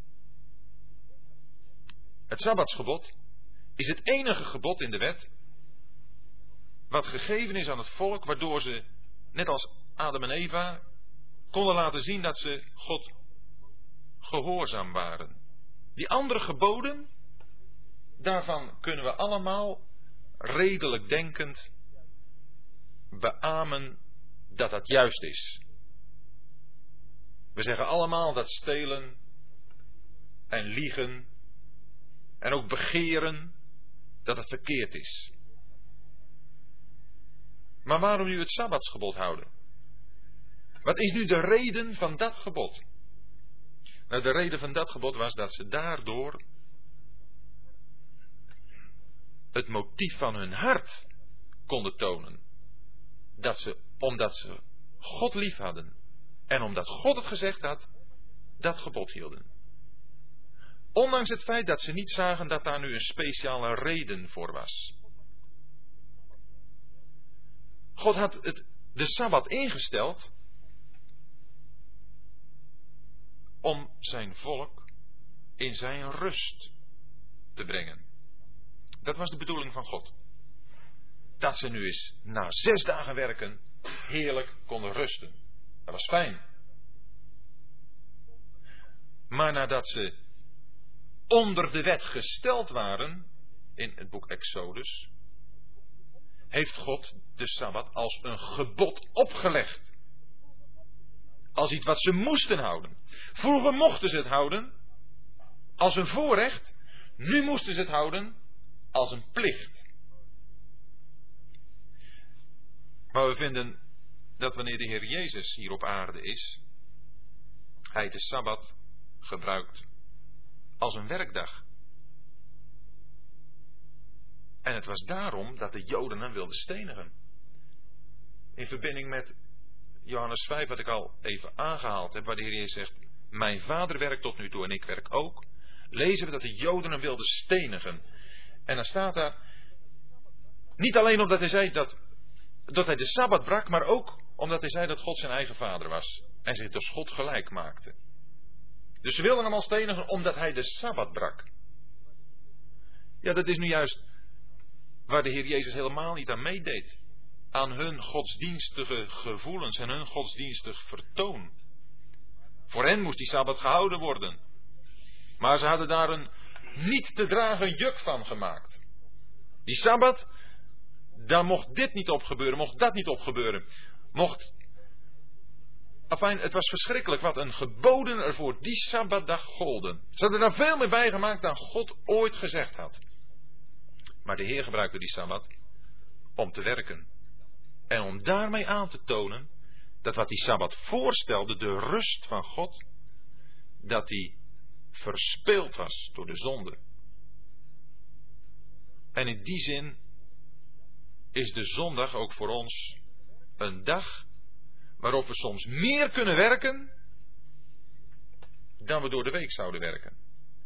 Het Sabbatsgebod is het enige gebod in de wet wat gegeven is aan het volk, waardoor ze, net als Adam en Eva, konden laten zien dat ze God gehoorzaam waren. Die andere geboden, daarvan kunnen we allemaal redelijk denkend beamen dat dat juist is. We zeggen allemaal dat stelen en liegen en ook begeren, dat het verkeerd is. Maar waarom nu het Sabbatsgebod houden? Wat is nu de reden van dat gebod? Nou, de reden van dat gebod was dat ze daardoor het motief van hun hart konden tonen. Omdat ze God lief hadden en omdat God het gezegd had, dat gebod hielden. Ondanks het feit dat ze niet zagen dat daar nu een speciale reden voor was. God had de Sabbat ingesteld om zijn volk in zijn rust te brengen. Dat was de bedoeling van God. Dat ze nu eens na 6 dagen werken heerlijk konden rusten. Dat was fijn. Maar nadat ze onder de wet gesteld waren, in het boek Exodus, heeft God de Sabbat als een gebod opgelegd. Als iets wat ze moesten houden. Vroeger mochten ze het houden als een voorrecht. Nu moesten ze het houden als een plicht. Maar we vinden dat wanneer de Heer Jezus hier op aarde is, hij de Sabbat gebruikt als een werkdag. En het was daarom dat de Joden hem wilden stenigen. In verbinding met Johannes 5, wat ik al even aangehaald heb, waar de Heer Jezus zegt, mijn Vader werkt tot nu toe en ik werk ook, lezen we dat de Joden hem wilden stenigen. En dan staat daar, niet alleen omdat hij zei dat hij de Sabbat brak, maar ook omdat hij zei dat God zijn eigen Vader was. En zich dus God gelijk maakte. Dus ze wilden hem al stenigen omdat hij de Sabbat brak. Ja, dat is nu juist waar de Heer Jezus helemaal niet aan meedeed. Aan hun godsdienstige gevoelens en hun godsdienstig vertoon. Voor hen moest die Sabbat gehouden worden. Maar ze hadden daar een niet te dragen juk van gemaakt. Die Sabbat, daar mocht dit niet op gebeuren, mocht dat niet op gebeuren. Het was verschrikkelijk wat een geboden er voor die Sabbatdag golden. Ze hadden daar veel meer bij gemaakt dan God ooit gezegd had. Maar de Heer gebruikte die Sabbat om te werken. En om daarmee aan te tonen dat wat die Sabbat voorstelde, de rust van God, dat die verspeeld was door de zonde. En in die zin is de zondag ook voor ons een dag waarop we soms meer kunnen werken dan we door de week zouden werken.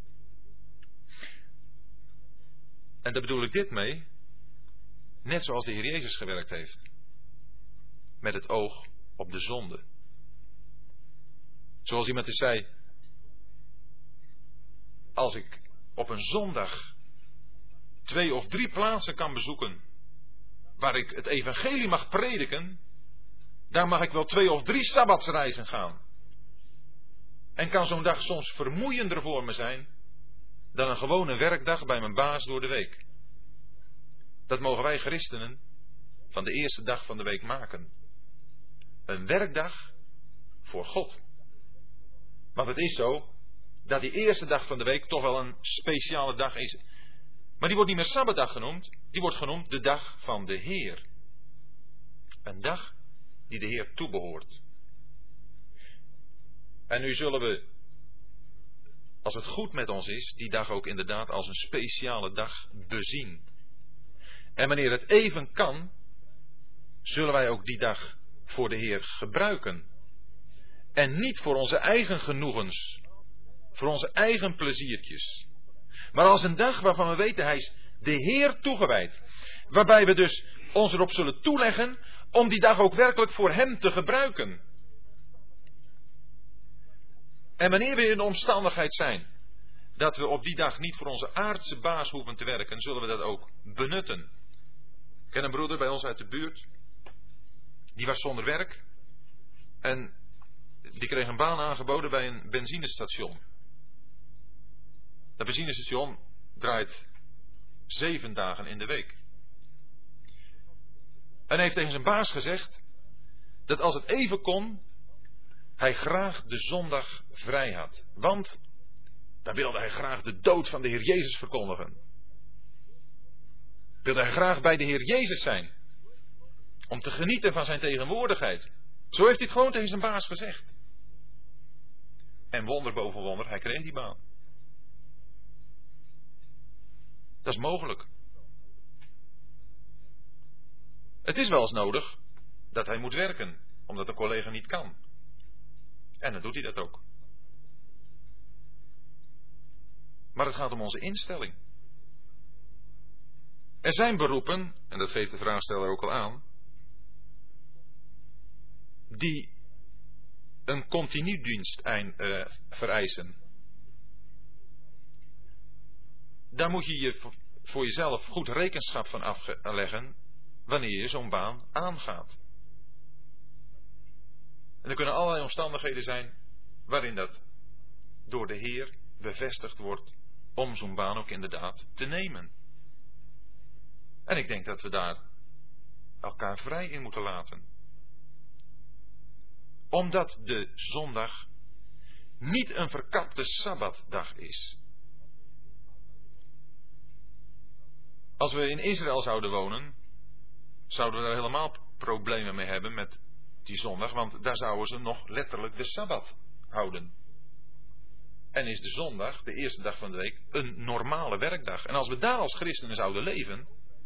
En daar bedoel ik dit mee, net zoals de Heer Jezus gewerkt heeft. Met het oog op de zonde. Zoals iemand eens zei, als ik op een zondag 2 of 3 plaatsen kan bezoeken waar ik het evangelie mag prediken, daar mag ik wel 2 of 3 sabbatsreizen gaan. En kan zo'n dag soms vermoeiender voor me zijn dan een gewone werkdag bij mijn baas door de week. Dat mogen wij christenen van de eerste dag van de week maken. Een werkdag voor God. Want het is zo dat die eerste dag van de week toch wel een speciale dag is. Maar die wordt niet meer Sabbatdag genoemd. Die wordt genoemd de dag van de Heer. Een dag die de Heer toebehoort. En nu zullen we, als het goed met ons is, die dag ook inderdaad als een speciale dag bezien. En wanneer het even kan, zullen wij ook die dag voor de Heer gebruiken. En niet voor onze eigen genoegens, voor onze eigen pleziertjes. Maar als een dag waarvan we weten, hij is de Heer toegewijd. Waarbij we dus ons erop zullen toeleggen om die dag ook werkelijk voor hem te gebruiken. En wanneer we in de omstandigheid zijn dat we op die dag niet voor onze aardse baas hoeven te werken, zullen we dat ook benutten. Ik ken een broeder bij ons uit de buurt. Die was zonder werk. En die kreeg een baan aangeboden bij een benzinestation. Dat benzinestation draait 7 dagen in de week. En hij heeft tegen zijn baas gezegd dat als het even kon, hij graag de zondag vrij had. Want dan wilde hij graag de dood van de Heer Jezus verkondigen. Wilde hij graag bij de Heer Jezus zijn. Om te genieten van zijn tegenwoordigheid. Zo heeft hij het gewoon tegen zijn baas gezegd. En wonder boven wonder, hij kreeg die baan. Dat is mogelijk. Het is wel eens nodig dat hij moet werken, omdat een collega niet kan. En dan doet hij dat ook. Maar het gaat om onze instelling. Er zijn beroepen, en dat geeft de vraagsteller ook al aan, die een continu dienst vereisen. Daar moet je voor jezelf goed rekenschap van afleggen wanneer je zo'n baan aangaat. En er kunnen allerlei omstandigheden zijn waarin dat door de Heer bevestigd wordt om zo'n baan ook inderdaad te nemen. En ik denk dat we daar elkaar vrij in moeten laten. Omdat de zondag niet een verkapte sabbatdag is. Als we in Israël zouden wonen, zouden we daar helemaal problemen mee hebben met die zondag, want daar zouden ze nog letterlijk de sabbat houden. En is de zondag, de eerste dag van de week, een normale werkdag. En als we daar als christenen zouden leven,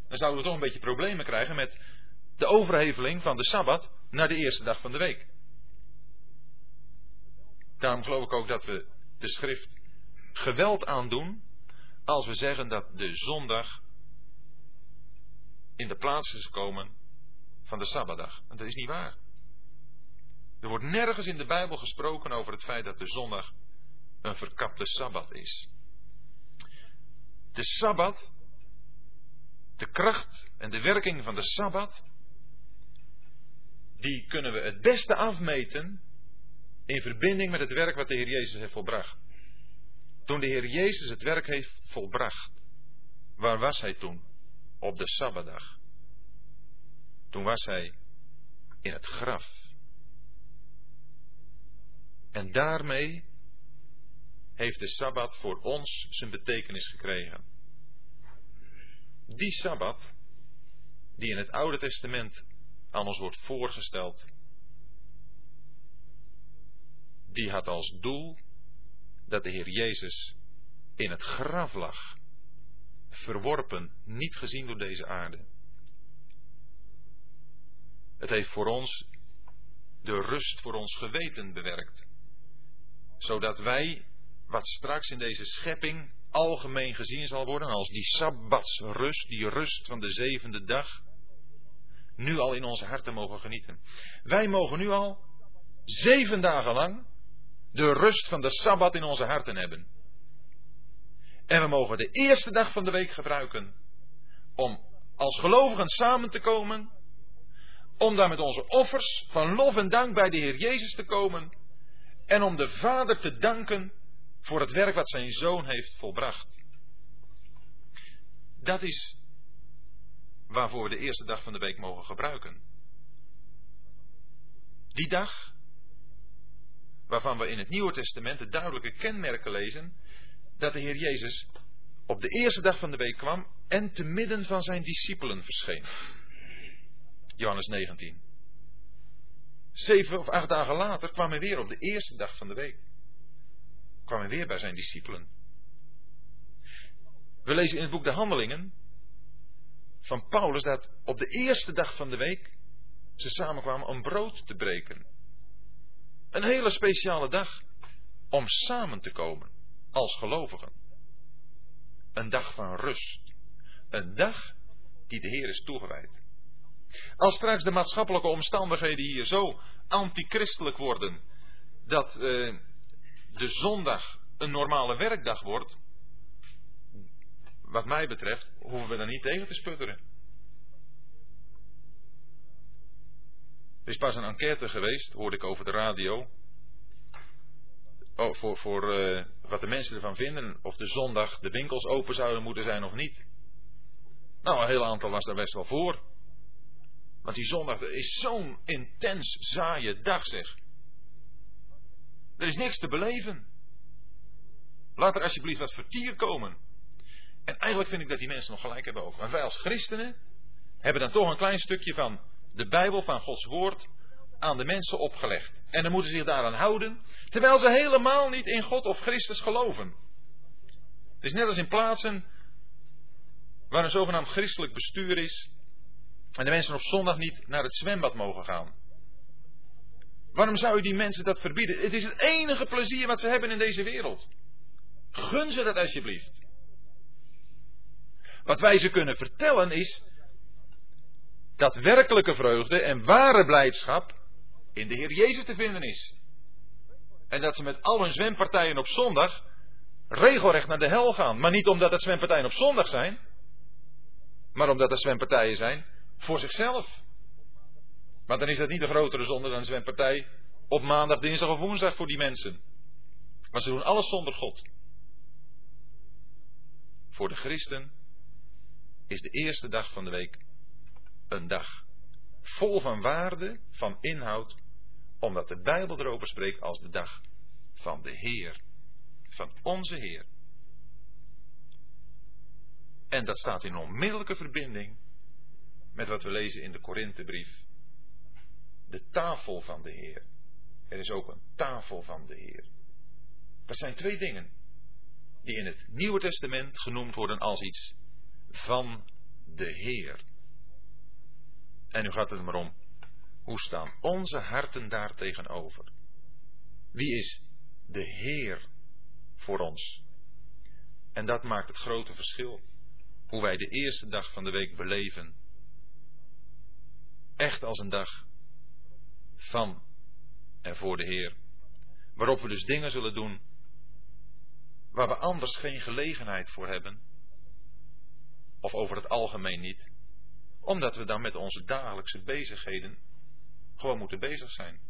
dan zouden we toch een beetje problemen krijgen met de overheveling van de Sabbat naar de eerste dag van de week. Daarom geloof ik ook dat we de schrift geweld aandoen als we zeggen dat de zondag in de plaats is gekomen van de Sabbatdag. Want dat is niet waar. Er wordt nergens in de Bijbel gesproken over het feit dat de zondag een verkapte Sabbat is. De Sabbat, de kracht en de werking van de Sabbat, die kunnen we het beste afmeten in verbinding met het werk wat de Heer Jezus heeft volbracht. Toen de Heer Jezus het werk heeft volbracht, waar was hij toen? Op de Sabbatdag. Toen was hij in het graf. En daarmee heeft de Sabbat voor ons zijn betekenis gekregen. Die Sabbat, die in het Oude Testament aan ons wordt voorgesteld, die had als doel dat de Heer Jezus in het graf lag, verworpen, niet gezien door deze aarde. Het heeft voor ons de rust voor ons geweten bewerkt, zodat wij, wat straks in deze schepping algemeen gezien zal worden als die sabbatsrust, die rust van de zevende dag, nu al in onze harten mogen genieten. Wij mogen nu al 7 dagen lang de rust van de Sabbat in onze harten hebben. En we mogen de eerste dag van de week gebruiken om als gelovigen samen te komen, om daar met onze offers van lof en dank bij de Heer Jezus te komen en om de Vader te danken voor het werk wat zijn Zoon heeft volbracht. Dat is waarvoor we de eerste dag van de week mogen gebruiken. Die dag waarvan we in het Nieuwe Testament de duidelijke kenmerken lezen dat de Heer Jezus op de eerste dag van de week kwam en te midden van zijn discipelen verscheen. Johannes 19. 7 of 8 dagen later kwam hij weer op de eerste dag van de week. Kwam hij weer bij zijn discipelen. We lezen in het boek De Handelingen van Paulus dat op de eerste dag van de week ze samenkwamen om brood te breken. Een hele speciale dag om samen te komen als gelovigen. Een dag van rust. Een dag die de Heer is toegewijd. Als straks de maatschappelijke omstandigheden hier zo antichristelijk worden dat de zondag een normale werkdag wordt, wat mij betreft hoeven we daar niet tegen te sputteren. Er is pas een enquête geweest, hoorde ik over de radio, voor wat de mensen ervan vinden, of de zondag de winkels open zouden moeten zijn of niet. Nou, een heel aantal was daar best wel voor. Want die zondag is zo'n intens saaie dag, zeg. Er is niks te beleven. Laat er alsjeblieft wat vertier komen. En eigenlijk vind ik dat die mensen nog gelijk hebben ook. Maar wij als christenen hebben dan toch een klein stukje van de Bijbel, van Gods woord, aan de mensen opgelegd. En dan moeten ze zich daaraan houden, terwijl ze helemaal niet in God of Christus geloven. Het is net als in plaatsen waar een zogenaamd christelijk bestuur is en de mensen op zondag niet naar het zwembad mogen gaan. Waarom zou je die mensen dat verbieden? Het is het enige plezier wat ze hebben in deze wereld. Gun ze dat alsjeblieft. Wat wij ze kunnen vertellen is dat werkelijke vreugde en ware blijdschap in de Heer Jezus te vinden is. En dat ze met al hun zwempartijen op zondag regelrecht naar de hel gaan. Maar niet omdat het zwempartijen op zondag zijn, maar omdat het zwempartijen zijn voor zichzelf. Want dan is dat niet een grotere zonde dan een zwempartij op maandag, dinsdag of woensdag voor die mensen. Maar ze doen alles zonder God. Voor de christen is de eerste dag van de week een dag vol van waarde, van inhoud, omdat de Bijbel erover spreekt als de dag van de Heer, van onze Heer. En dat staat in onmiddellijke verbinding met wat we lezen in de Korinthebrief. De tafel van de Heer. Er is ook een tafel van de Heer. Dat zijn 2 dingen die in het Nieuwe Testament genoemd worden als iets van de Heer. En nu gaat het er maar om, hoe staan onze harten daar tegenover? Wie is de Heer voor ons? En dat maakt het grote verschil. Hoe wij de eerste dag van de week beleven. Echt als een dag van en voor de Heer. Waarop we dus dingen zullen doen waar we anders geen gelegenheid voor hebben. Of over het algemeen niet. Omdat we dan met onze dagelijkse bezigheden gewoon moeten bezig zijn.